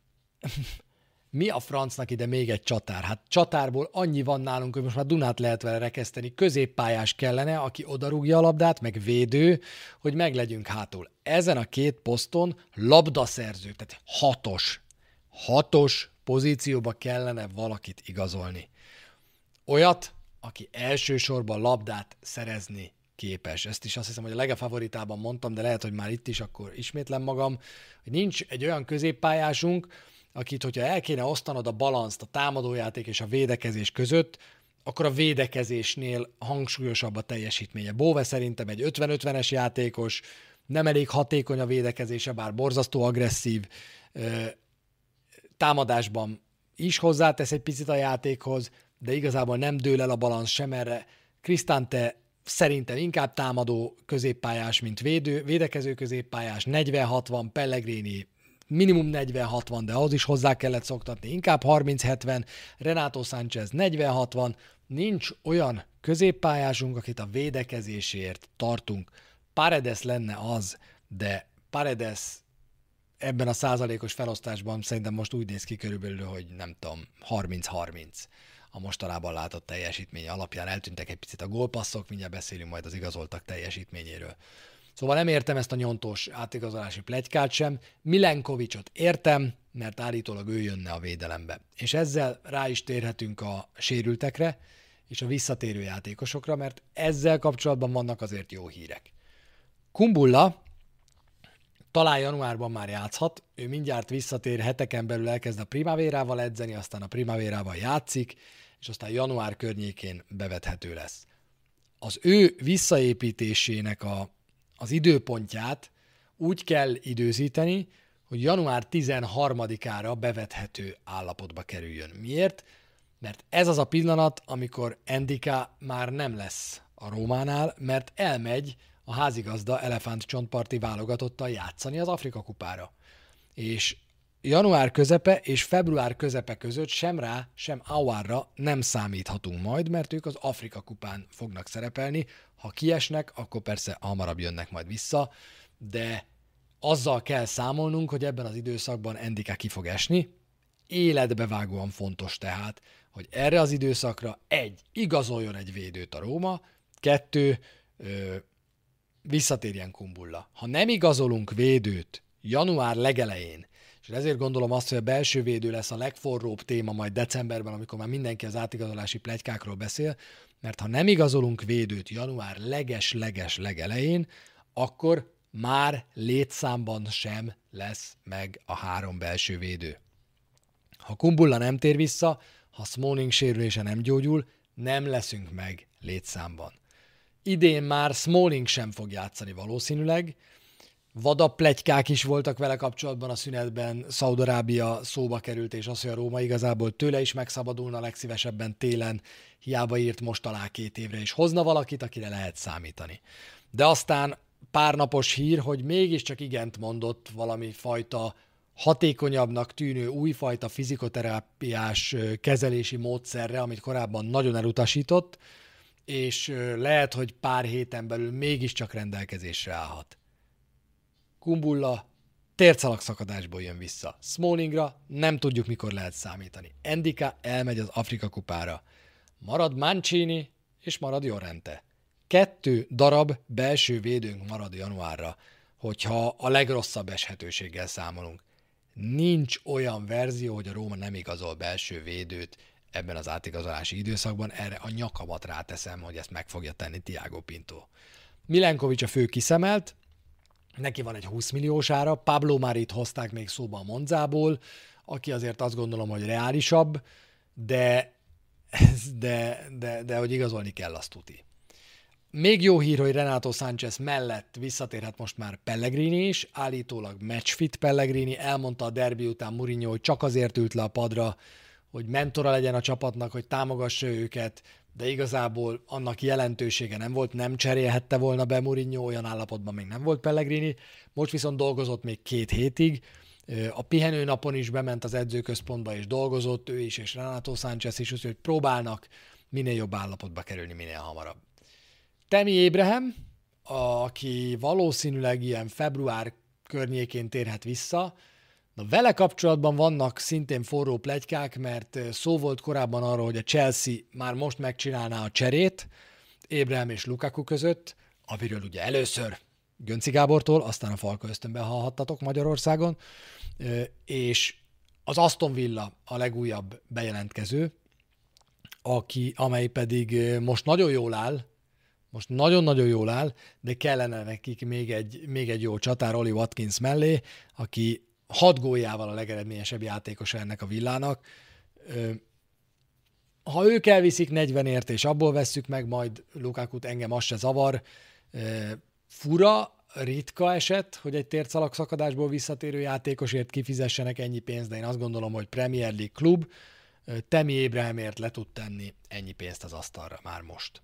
mi a francnak ide még egy csatár? Hát csatárból annyi van nálunk, hogy most már Dunát lehet vele rekeszteni. Középpályás kellene, aki odarúgja a labdát, meg védő, hogy meglegyünk hátul. Ezen a két poszton labdaszerző, tehát hatos, hatos pozícióba kellene valakit igazolni. Olyat, aki elsősorban labdát szerezni képes. Ezt is azt hiszem, hogy a legfavoritában mondtam, de lehet, hogy már itt is akkor ismétlem magam, hogy nincs egy olyan középpályásunk, akit, hogyha el kéne osztanod a balanszt a támadójáték és a védekezés között, akkor a védekezésnél hangsúlyosabb a teljesítménye. Bove szerintem egy ötven-ötvenes játékos, nem elég hatékony a védekezése, bár borzasztó agresszív, támadásban is hozzátesz egy picit a játékhoz, de igazából nem dől el a balansz sem erre. Cristante szerintem inkább támadó középpályás, mint védő, védekező középpályás, negyven hatvan, Pellegrini minimum negyven hatvan, de ahhoz is hozzá kellett szoktatni, inkább harminc hetven, Renato Sánchez negyven hatvan, nincs olyan középpályásunk, akit a védekezésért tartunk. Paredes lenne az, de Paredes ebben a százalékos felosztásban szerintem most úgy néz ki körülbelül, hogy nem tudom, harminc harminc a mostanában látott teljesítmény alapján. Eltűntek egy picit a gólpasszok, mindjárt beszélünk majd az igazoltak teljesítményéről. Szóval nem értem ezt a nyontós átigazolási pletykát sem. Milenkovicsot értem, mert állítólag ő jönne a védelembe. És ezzel rá is térhetünk a sérültekre és a visszatérő játékosokra, mert ezzel kapcsolatban vannak azért jó hírek. Kumbulla talán januárban már játszhat, ő mindjárt visszatér, heteken belül elkezd a Primavérával edzeni, aztán a Primavérával játszik, és aztán január környékén bevethető lesz. Az ő visszaépítésének a, az időpontját úgy kell időzíteni, hogy január tizenharmadikára bevethető állapotba kerüljön. Miért? Mert ez az a pillanat, amikor Endika már nem lesz a Rómánál, mert elmegy a házigazda elefántcsontparti válogatottal játszani az Afrika kupára. És január közepe és február közepe között sem rá, sem Aouarra nem számíthatunk majd, mert ők az Afrika kupán fognak szerepelni. Ha kiesnek, akkor persze hamarabb jönnek majd vissza, de azzal kell számolnunk, hogy ebben az időszakban Endika ki fog esni. Életbevágóan fontos tehát, hogy erre az időszakra egy, igazoljon egy védőt a Róma, kettő, ö, visszatérjen Kumbulla. Ha nem igazolunk védőt január legelején, és ezért gondolom azt, hogy a belső védő lesz a legforróbb téma majd decemberben, amikor már mindenki az átigazolási pletykákról beszél, mert ha nem igazolunk védőt január leges-leges legelején, akkor már létszámban sem lesz meg a három belső védő. Ha Kumbulla nem tér vissza, ha Smalling sérülése nem gyógyul, nem leszünk meg létszámban. Idén már Smalling sem fog játszani valószínűleg. Vadabb pletykák is voltak vele kapcsolatban a szünetben, Szaúd-Arábia szóba került, és az, hogy a Róma igazából tőle is megszabadulna legszívesebben télen, hiába írt most alá két évre, és hozna valakit, akire lehet számítani. De aztán pár napos hír, hogy mégiscsak igent mondott valami fajta hatékonyabbnak tűnő újfajta fizikoterápiás kezelési módszerre, amit korábban nagyon elutasított, és lehet, hogy pár héten belül mégiscsak rendelkezésre állhat. Kumbulla tércalagszakadásból jön vissza. Smallingra nem tudjuk, mikor lehet számítani. Endika elmegy az Afrika kupára. Marad Mancini, és marad Llorente. Kettő darab belső védőnk marad januárra, hogyha a legrosszabb eshetőséggel számolunk. Nincs olyan verzió, hogy a Róma nem igazol belső védőt ebben az átigazolási időszakban, erre a nyakamat ráteszem, hogy ezt meg fogja tenni Thiago Pinto. Milenkovics a fő kiszemelt, neki van egy húsz milliós ára, Pablo Marit hozták még szóba a Monzából, aki azért azt gondolom, hogy reálisabb, de, de, de, de hogy igazolni kell, azt tuti. Még jó hír, hogy Renato Sánchez mellett visszatérhet most már Pellegrini is, állítólag matchfit Pellegrini, elmondta a derbi után Mourinho, hogy csak azért ült le a padra, hogy mentora legyen a csapatnak, hogy támogassa őket, de igazából annak jelentősége nem volt, nem cserélhette volna be Mourinho, olyan állapotban még nem volt Pellegrini, most viszont dolgozott még két hétig, a pihenő napon is bement az edzőközpontba és dolgozott, ő is és Renato Sánchez is, hogy próbálnak minél jobb állapotba kerülni minél hamarabb. Tammy Abraham, aki valószínűleg ilyen február környékén térhet vissza, na vele kapcsolatban vannak szintén forró pletykák, mert szó volt korábban arról, hogy a Chelsea már most megcsinálná a cserét Abraham és Lukaku között, amiről ugye először Gönci Gábortól, aztán a Falka Ösztönben hallhattatok Magyarországon, és az Aston Villa a legújabb bejelentkező, aki, amely pedig most nagyon jól áll, most nagyon-nagyon jól áll, de kellene nekik még egy, még egy jó csatár Oli Watkins mellé, aki hat góljával a legeredményesebb játékosa ennek a Villának. Ha ők elviszik negyvenért, és abból vesszük meg majd Lukakut, engem az se zavar. Fura, ritka eset, hogy egy tércalagszakadásból visszatérő játékosért kifizessenek ennyi pénzt, de én azt gondolom, hogy Premier League klub, Tammy Abrahamért le tud tenni ennyi pénzt az asztalra már most.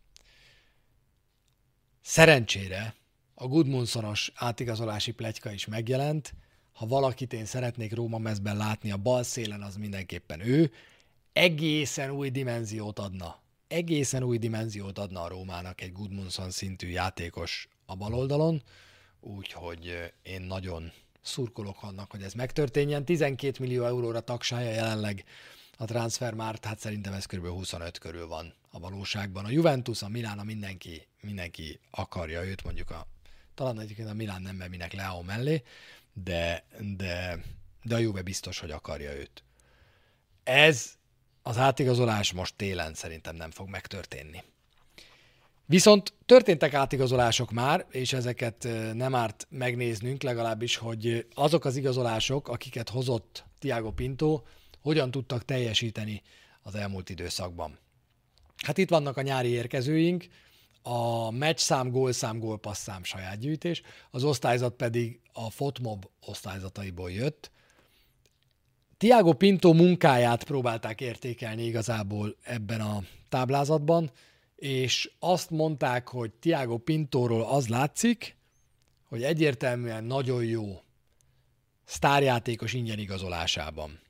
Szerencsére a Gudmundsonos átigazolási pletyka is megjelent. Ha valakit én szeretnék Róma mezben látni a bal szélen, az mindenképpen ő. Egészen új dimenziót adna. Egészen új dimenziót adna a Rómának egy Gudmundsson szintű játékos a bal oldalon, úgyhogy én nagyon szurkolok annak, hogy ez megtörténjen. tizenkét millió euróra tagsálja jelenleg a Transfermarkt, hát szerintem ez kb. huszonöt körül van a valóságban. A Juventus, a Milán, a mindenki, mindenki akarja őt, mondjuk a, talán egyébként a Milán nem, mert minek Leao mellé, de, de, de a Juve biztos, hogy akarja őt. Ez az átigazolás most télen szerintem nem fog megtörténni. Viszont történtek átigazolások már, és ezeket nem árt megnéznünk, legalábbis, hogy azok az igazolások, akiket hozott Thiago Pinto, hogyan tudtak teljesíteni az elmúlt időszakban. Hát itt vannak a nyári érkezőink, a meccszám, gólszám, gólpasszám saját gyűjtés, az osztályzat pedig a Fotmob osztályzataiból jött. Thiago Pinto munkáját próbálták értékelni igazából ebben a táblázatban, és azt mondták, hogy Thiago Pintóról az látszik, hogy egyértelműen nagyon jó sztárjátékos ingyen igazolásában.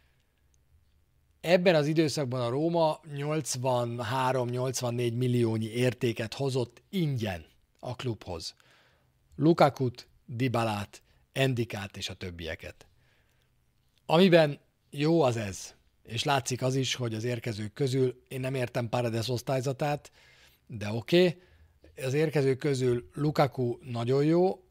Ebben az időszakban a Róma nyolcvanhárom-nyolcvannégy milliónyi értéket hozott ingyen a klubhoz. Lukakut, Dybalát, Endikát és a többieket. Amiben jó az ez, és látszik az is, hogy az érkezők közül, én nem értem Paredes osztályzatát, de oké, okay, az érkezők közül Lukaku nagyon jó,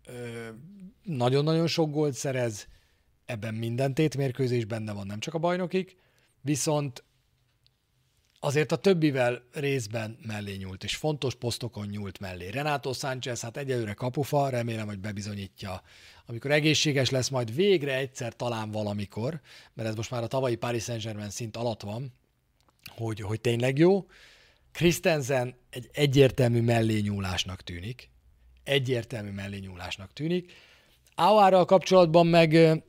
nagyon-nagyon sok gólt szerez, ebben minden tétmérkőzés benne van, nem csak a bajnokik, viszont azért a többivel részben mellé nyúlt, és fontos posztokon nyúlt mellé. Renato Sánchez, hát egyelőre kapufa, remélem, hogy bebizonyítja. Amikor egészséges lesz, majd végre egyszer talán valamikor, mert ez most már a tavalyi Paris Saint-Germain szint alatt van, hogy, hogy tényleg jó. Christensen egy egyértelmű mellényúlásnak tűnik. Egyértelmű mellényúlásnak tűnik. Aouarral kapcsolatban meg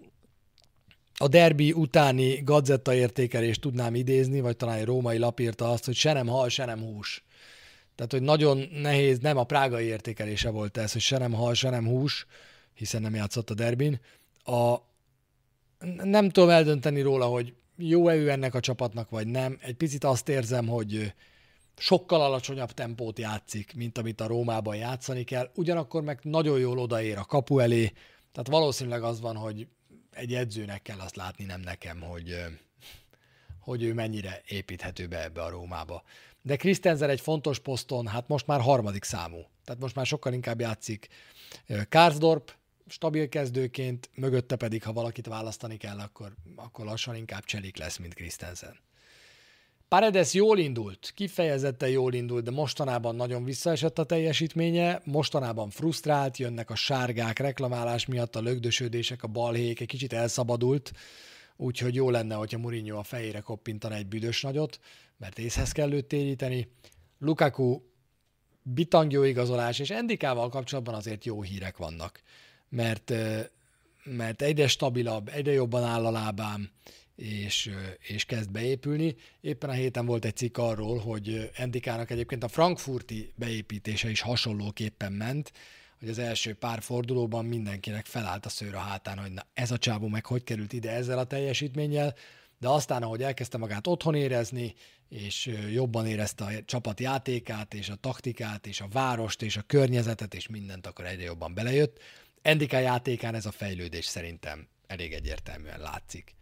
a derbi utáni Gazetta értékelést tudnám idézni, vagy talán egy római lap írta azt, hogy se nem hal, se nem hús. Tehát, hogy nagyon nehéz, nem a prágai értékelése volt ez, hogy se nem hal, se nem hús, hiszen nem játszott a derbin. A, nem tudom eldönteni róla, hogy jó-e ő ennek a csapatnak, vagy nem. Egy picit azt érzem, hogy sokkal alacsonyabb tempót játszik, mint amit a Rómában játszani kell. Ugyanakkor meg nagyon jól odaér a kapu elé. Tehát valószínűleg az van, hogy egy edzőnek kell azt látni, nem nekem, hogy, hogy ő mennyire építhető be ebbe a Rómába. De Christensen egy fontos poszton, hát most már harmadik számú. Tehát most már sokkal inkább játszik Karsdorp stabil kezdőként, mögötte pedig, ha valakit választani kell, akkor, akkor lassan inkább Cselik lesz, mint Christensen. Paredes jól indult, kifejezetten jól indult, de mostanában nagyon visszaesett a teljesítménye, mostanában frusztrált, jönnek a sárgák reklamálás miatt, a lögdösödések, a balhék, egy kicsit elszabadult, úgyhogy jó lenne, hogyha Mourinho a fejére koppintana egy büdös nagyot, mert észhez kell őt téríteni. Lukaku bitangjó igazolás, és Endikával kapcsolatban azért jó hírek vannak, mert, mert egyre stabilabb, egyre jobban áll a lábám, és, és kezd beépülni. Éppen a héten volt egy cikk arról, hogy Endikának egyébként a frankfurti beépítése is hasonlóképpen ment, hogy az első pár fordulóban mindenkinek felállt a szőr a hátán, hogy na, ez a csávó meg hogy került ide ezzel a teljesítménnyel, de aztán, ahogy elkezdte magát otthon érezni, és jobban érezte a csapat játékát, és a taktikát, és a várost, és a környezetet, és mindent, akkor egyre jobban belejött. Endika játékán ez a fejlődés szerintem elég egyértelműen látszik.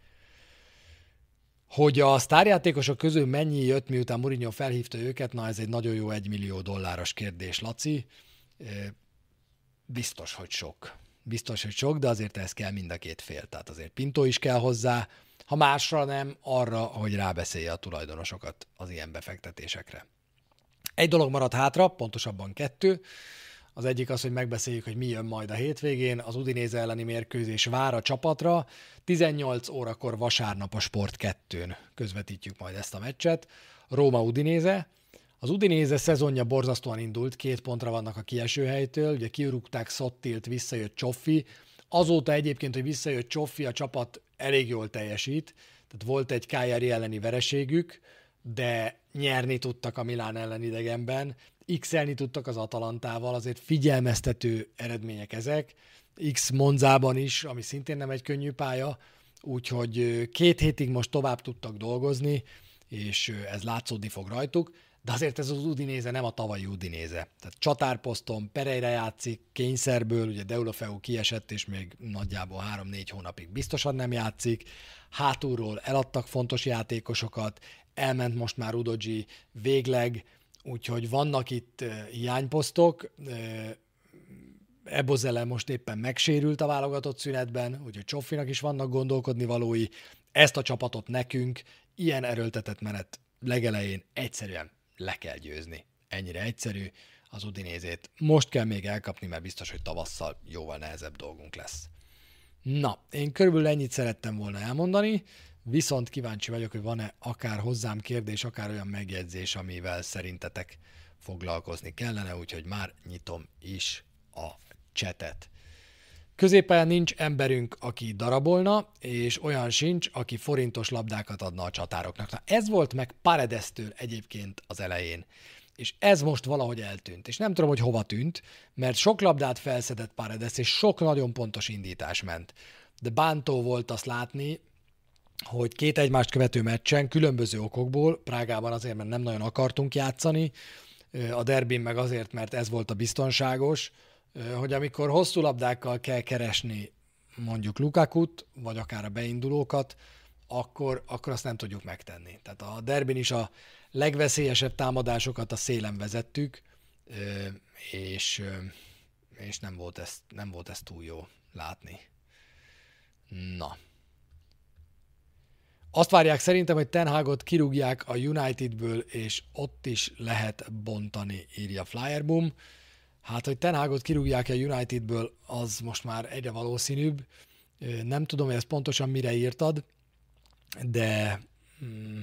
Hogy a sztárjátékosok közül mennyi jött, miután Mourinho felhívta őket, na ez egy nagyon jó egymillió dolláros kérdés, Laci. Biztos, hogy sok. Biztos, hogy sok, de azért ez kell mind a két fél. Tehát azért Pinto is kell hozzá, ha másra nem, arra, hogy rábeszélje a tulajdonosokat az ilyen befektetésekre. Egy dolog maradt hátra, pontosabban kettő. Az egyik az, hogy megbeszéljük, hogy mi jön majd a hétvégén. Az Udinese elleni mérkőzés vár a csapatra. tizennyolc órakor vasárnap a Sport kettőn közvetítjük majd ezt a meccset. Róma-Udinese. Az Udinese szezonja borzasztóan indult, két pontra vannak a kieső helytől. Ugye kiurúgták Sottilt, visszajött Csoffi. Azóta egyébként, hogy visszajött Csoffi, a csapat elég jól teljesít. Tehát volt egy Cagliari elleni vereségük, de nyerni tudtak a Milán ellen idegenben, x-elni tudtak az Atalantával, azért figyelmeztető eredmények ezek, X Monzában is, ami szintén nem egy könnyű pálya, úgyhogy két hétig most tovább tudtak dolgozni, és ez látszódni fog rajtuk, de azért ez az Udinese nem a tavalyi Udinese. Tehát csatárposzton Pereira játszik, kényszerből, ugye Deulofeu kiesett, és még nagyjából három-négy hónapig biztosan nem játszik, hátulról eladtak fontos játékosokat, elment most már Udogi végleg, úgyhogy vannak itt hiányposztok, Ebozele most éppen megsérült a válogatott szünetben, úgyhogy Csoffinak is vannak gondolkodni valói. Ezt a csapatot nekünk ilyen erőltetett menet legelején egyszerűen le kell győzni. Ennyire egyszerű az Udinézét. Most kell még elkapni, mert biztos, hogy tavasszal jóval nehezebb dolgunk lesz. Na, én körülbelül ennyit szerettem volna elmondani, viszont kíváncsi vagyok, hogy van-e akár hozzám kérdés, akár olyan megjegyzés, amivel szerintetek foglalkozni kellene, úgyhogy már nyitom is a chatet. Középpályán nincs emberünk, aki darabolna, és olyan sincs, aki forintos labdákat adna a csatároknak. Na, ez volt meg Paredestől egyébként az elején, és ez most valahogy eltűnt, és nem tudom, hogy hova tűnt, mert sok labdát felszedett Paredes, és sok nagyon pontos indítás ment. De bántó volt azt látni, hogy két egymást követő meccsen különböző okokból, Prágában azért, mert nem nagyon akartunk játszani, a derbin meg azért, mert ez volt a biztonságos, hogy amikor hosszú labdákkal kell keresni mondjuk Lukakut, vagy akár a beindulókat, akkor, akkor azt nem tudjuk megtenni. Tehát a derbin is a legveszélyesebb támadásokat a szélen vezettük, és, és nem, volt ez, nem volt ez túl jó látni. Na. Azt várják szerintem, hogy Ten Hagot kirúgják a Unitedből, és ott is lehet bontani, írja Flyerboom. Hát, hogy Ten Hagot kirúgják a Unitedből, az most már egyre valószínűbb. Nem tudom, hogy ezt pontosan mire írtad, de hmm,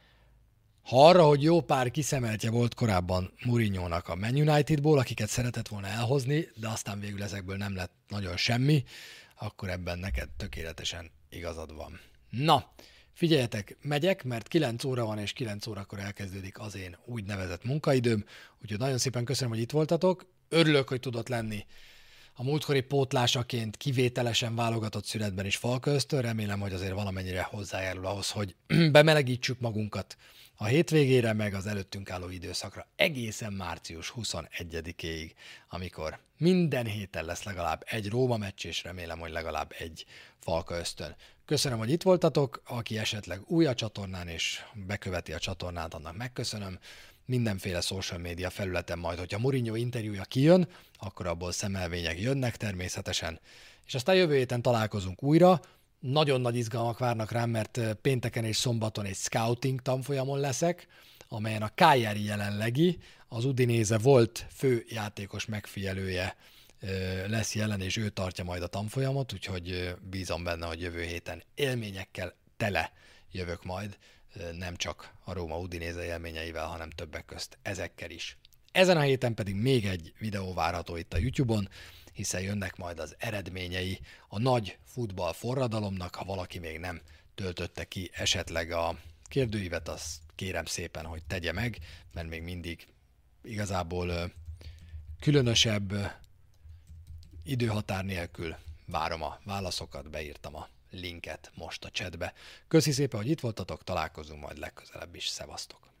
ha arra, hogy jó pár kiszemeltje volt korábban Mourinho-nak a Man Unitedból, akiket szeretett volna elhozni, de aztán végül ezekből nem lett nagyon semmi, akkor ebben neked tökéletesen igazad van. Na, figyeljetek, megyek, mert kilenc óra van, és kilenc órakor elkezdődik az én úgynevezett munkaidőm, úgyhogy nagyon szépen köszönöm, hogy itt voltatok. Örülök, hogy tudott lenni a múltkori pótlásaként kivételesen válogatott szünetben is Falköztől. Remélem, hogy azért valamennyire hozzájárul ahhoz, hogy bemelegítsük magunkat a hétvégére, meg az előttünk álló időszakra egészen március huszonegyedikéig, amikor minden héten lesz legalább egy Róma meccs, és remélem, hogy legalább egy Falkaösztön. Köszönöm, hogy itt voltatok, aki esetleg új a csatornán és beköveti a csatornát, annak megköszönöm. Mindenféle social média felületen majd, hogyha Mourinho interjúja kijön, akkor abból szemelvények jönnek természetesen. És aztán jövő héten találkozunk újra. Nagyon nagy izgalmak várnak rám, mert pénteken és szombaton egy scouting tanfolyamon leszek, amelyen a Cagliari jelenlegi, az Udinese volt fő játékos megfigyelője lesz jelen, és ő tartja majd a tanfolyamot, úgyhogy bízom benne, hogy jövő héten élményekkel tele jövök majd, nem csak a Róma Udinese élményeivel, hanem többek közt ezekkel is. Ezen a héten pedig még egy videó várható itt a YouTube-on, hiszen jönnek majd az eredményei a nagy futball forradalomnak, ha valaki még nem töltötte ki esetleg a kérdőívet, azt kérem szépen, hogy tegye meg, mert még mindig igazából különösebb időhatár nélkül várom a válaszokat, beírtam a linket most a chatbe. Köszi szépen, hogy itt voltatok, találkozunk majd legközelebb is, szevasztok!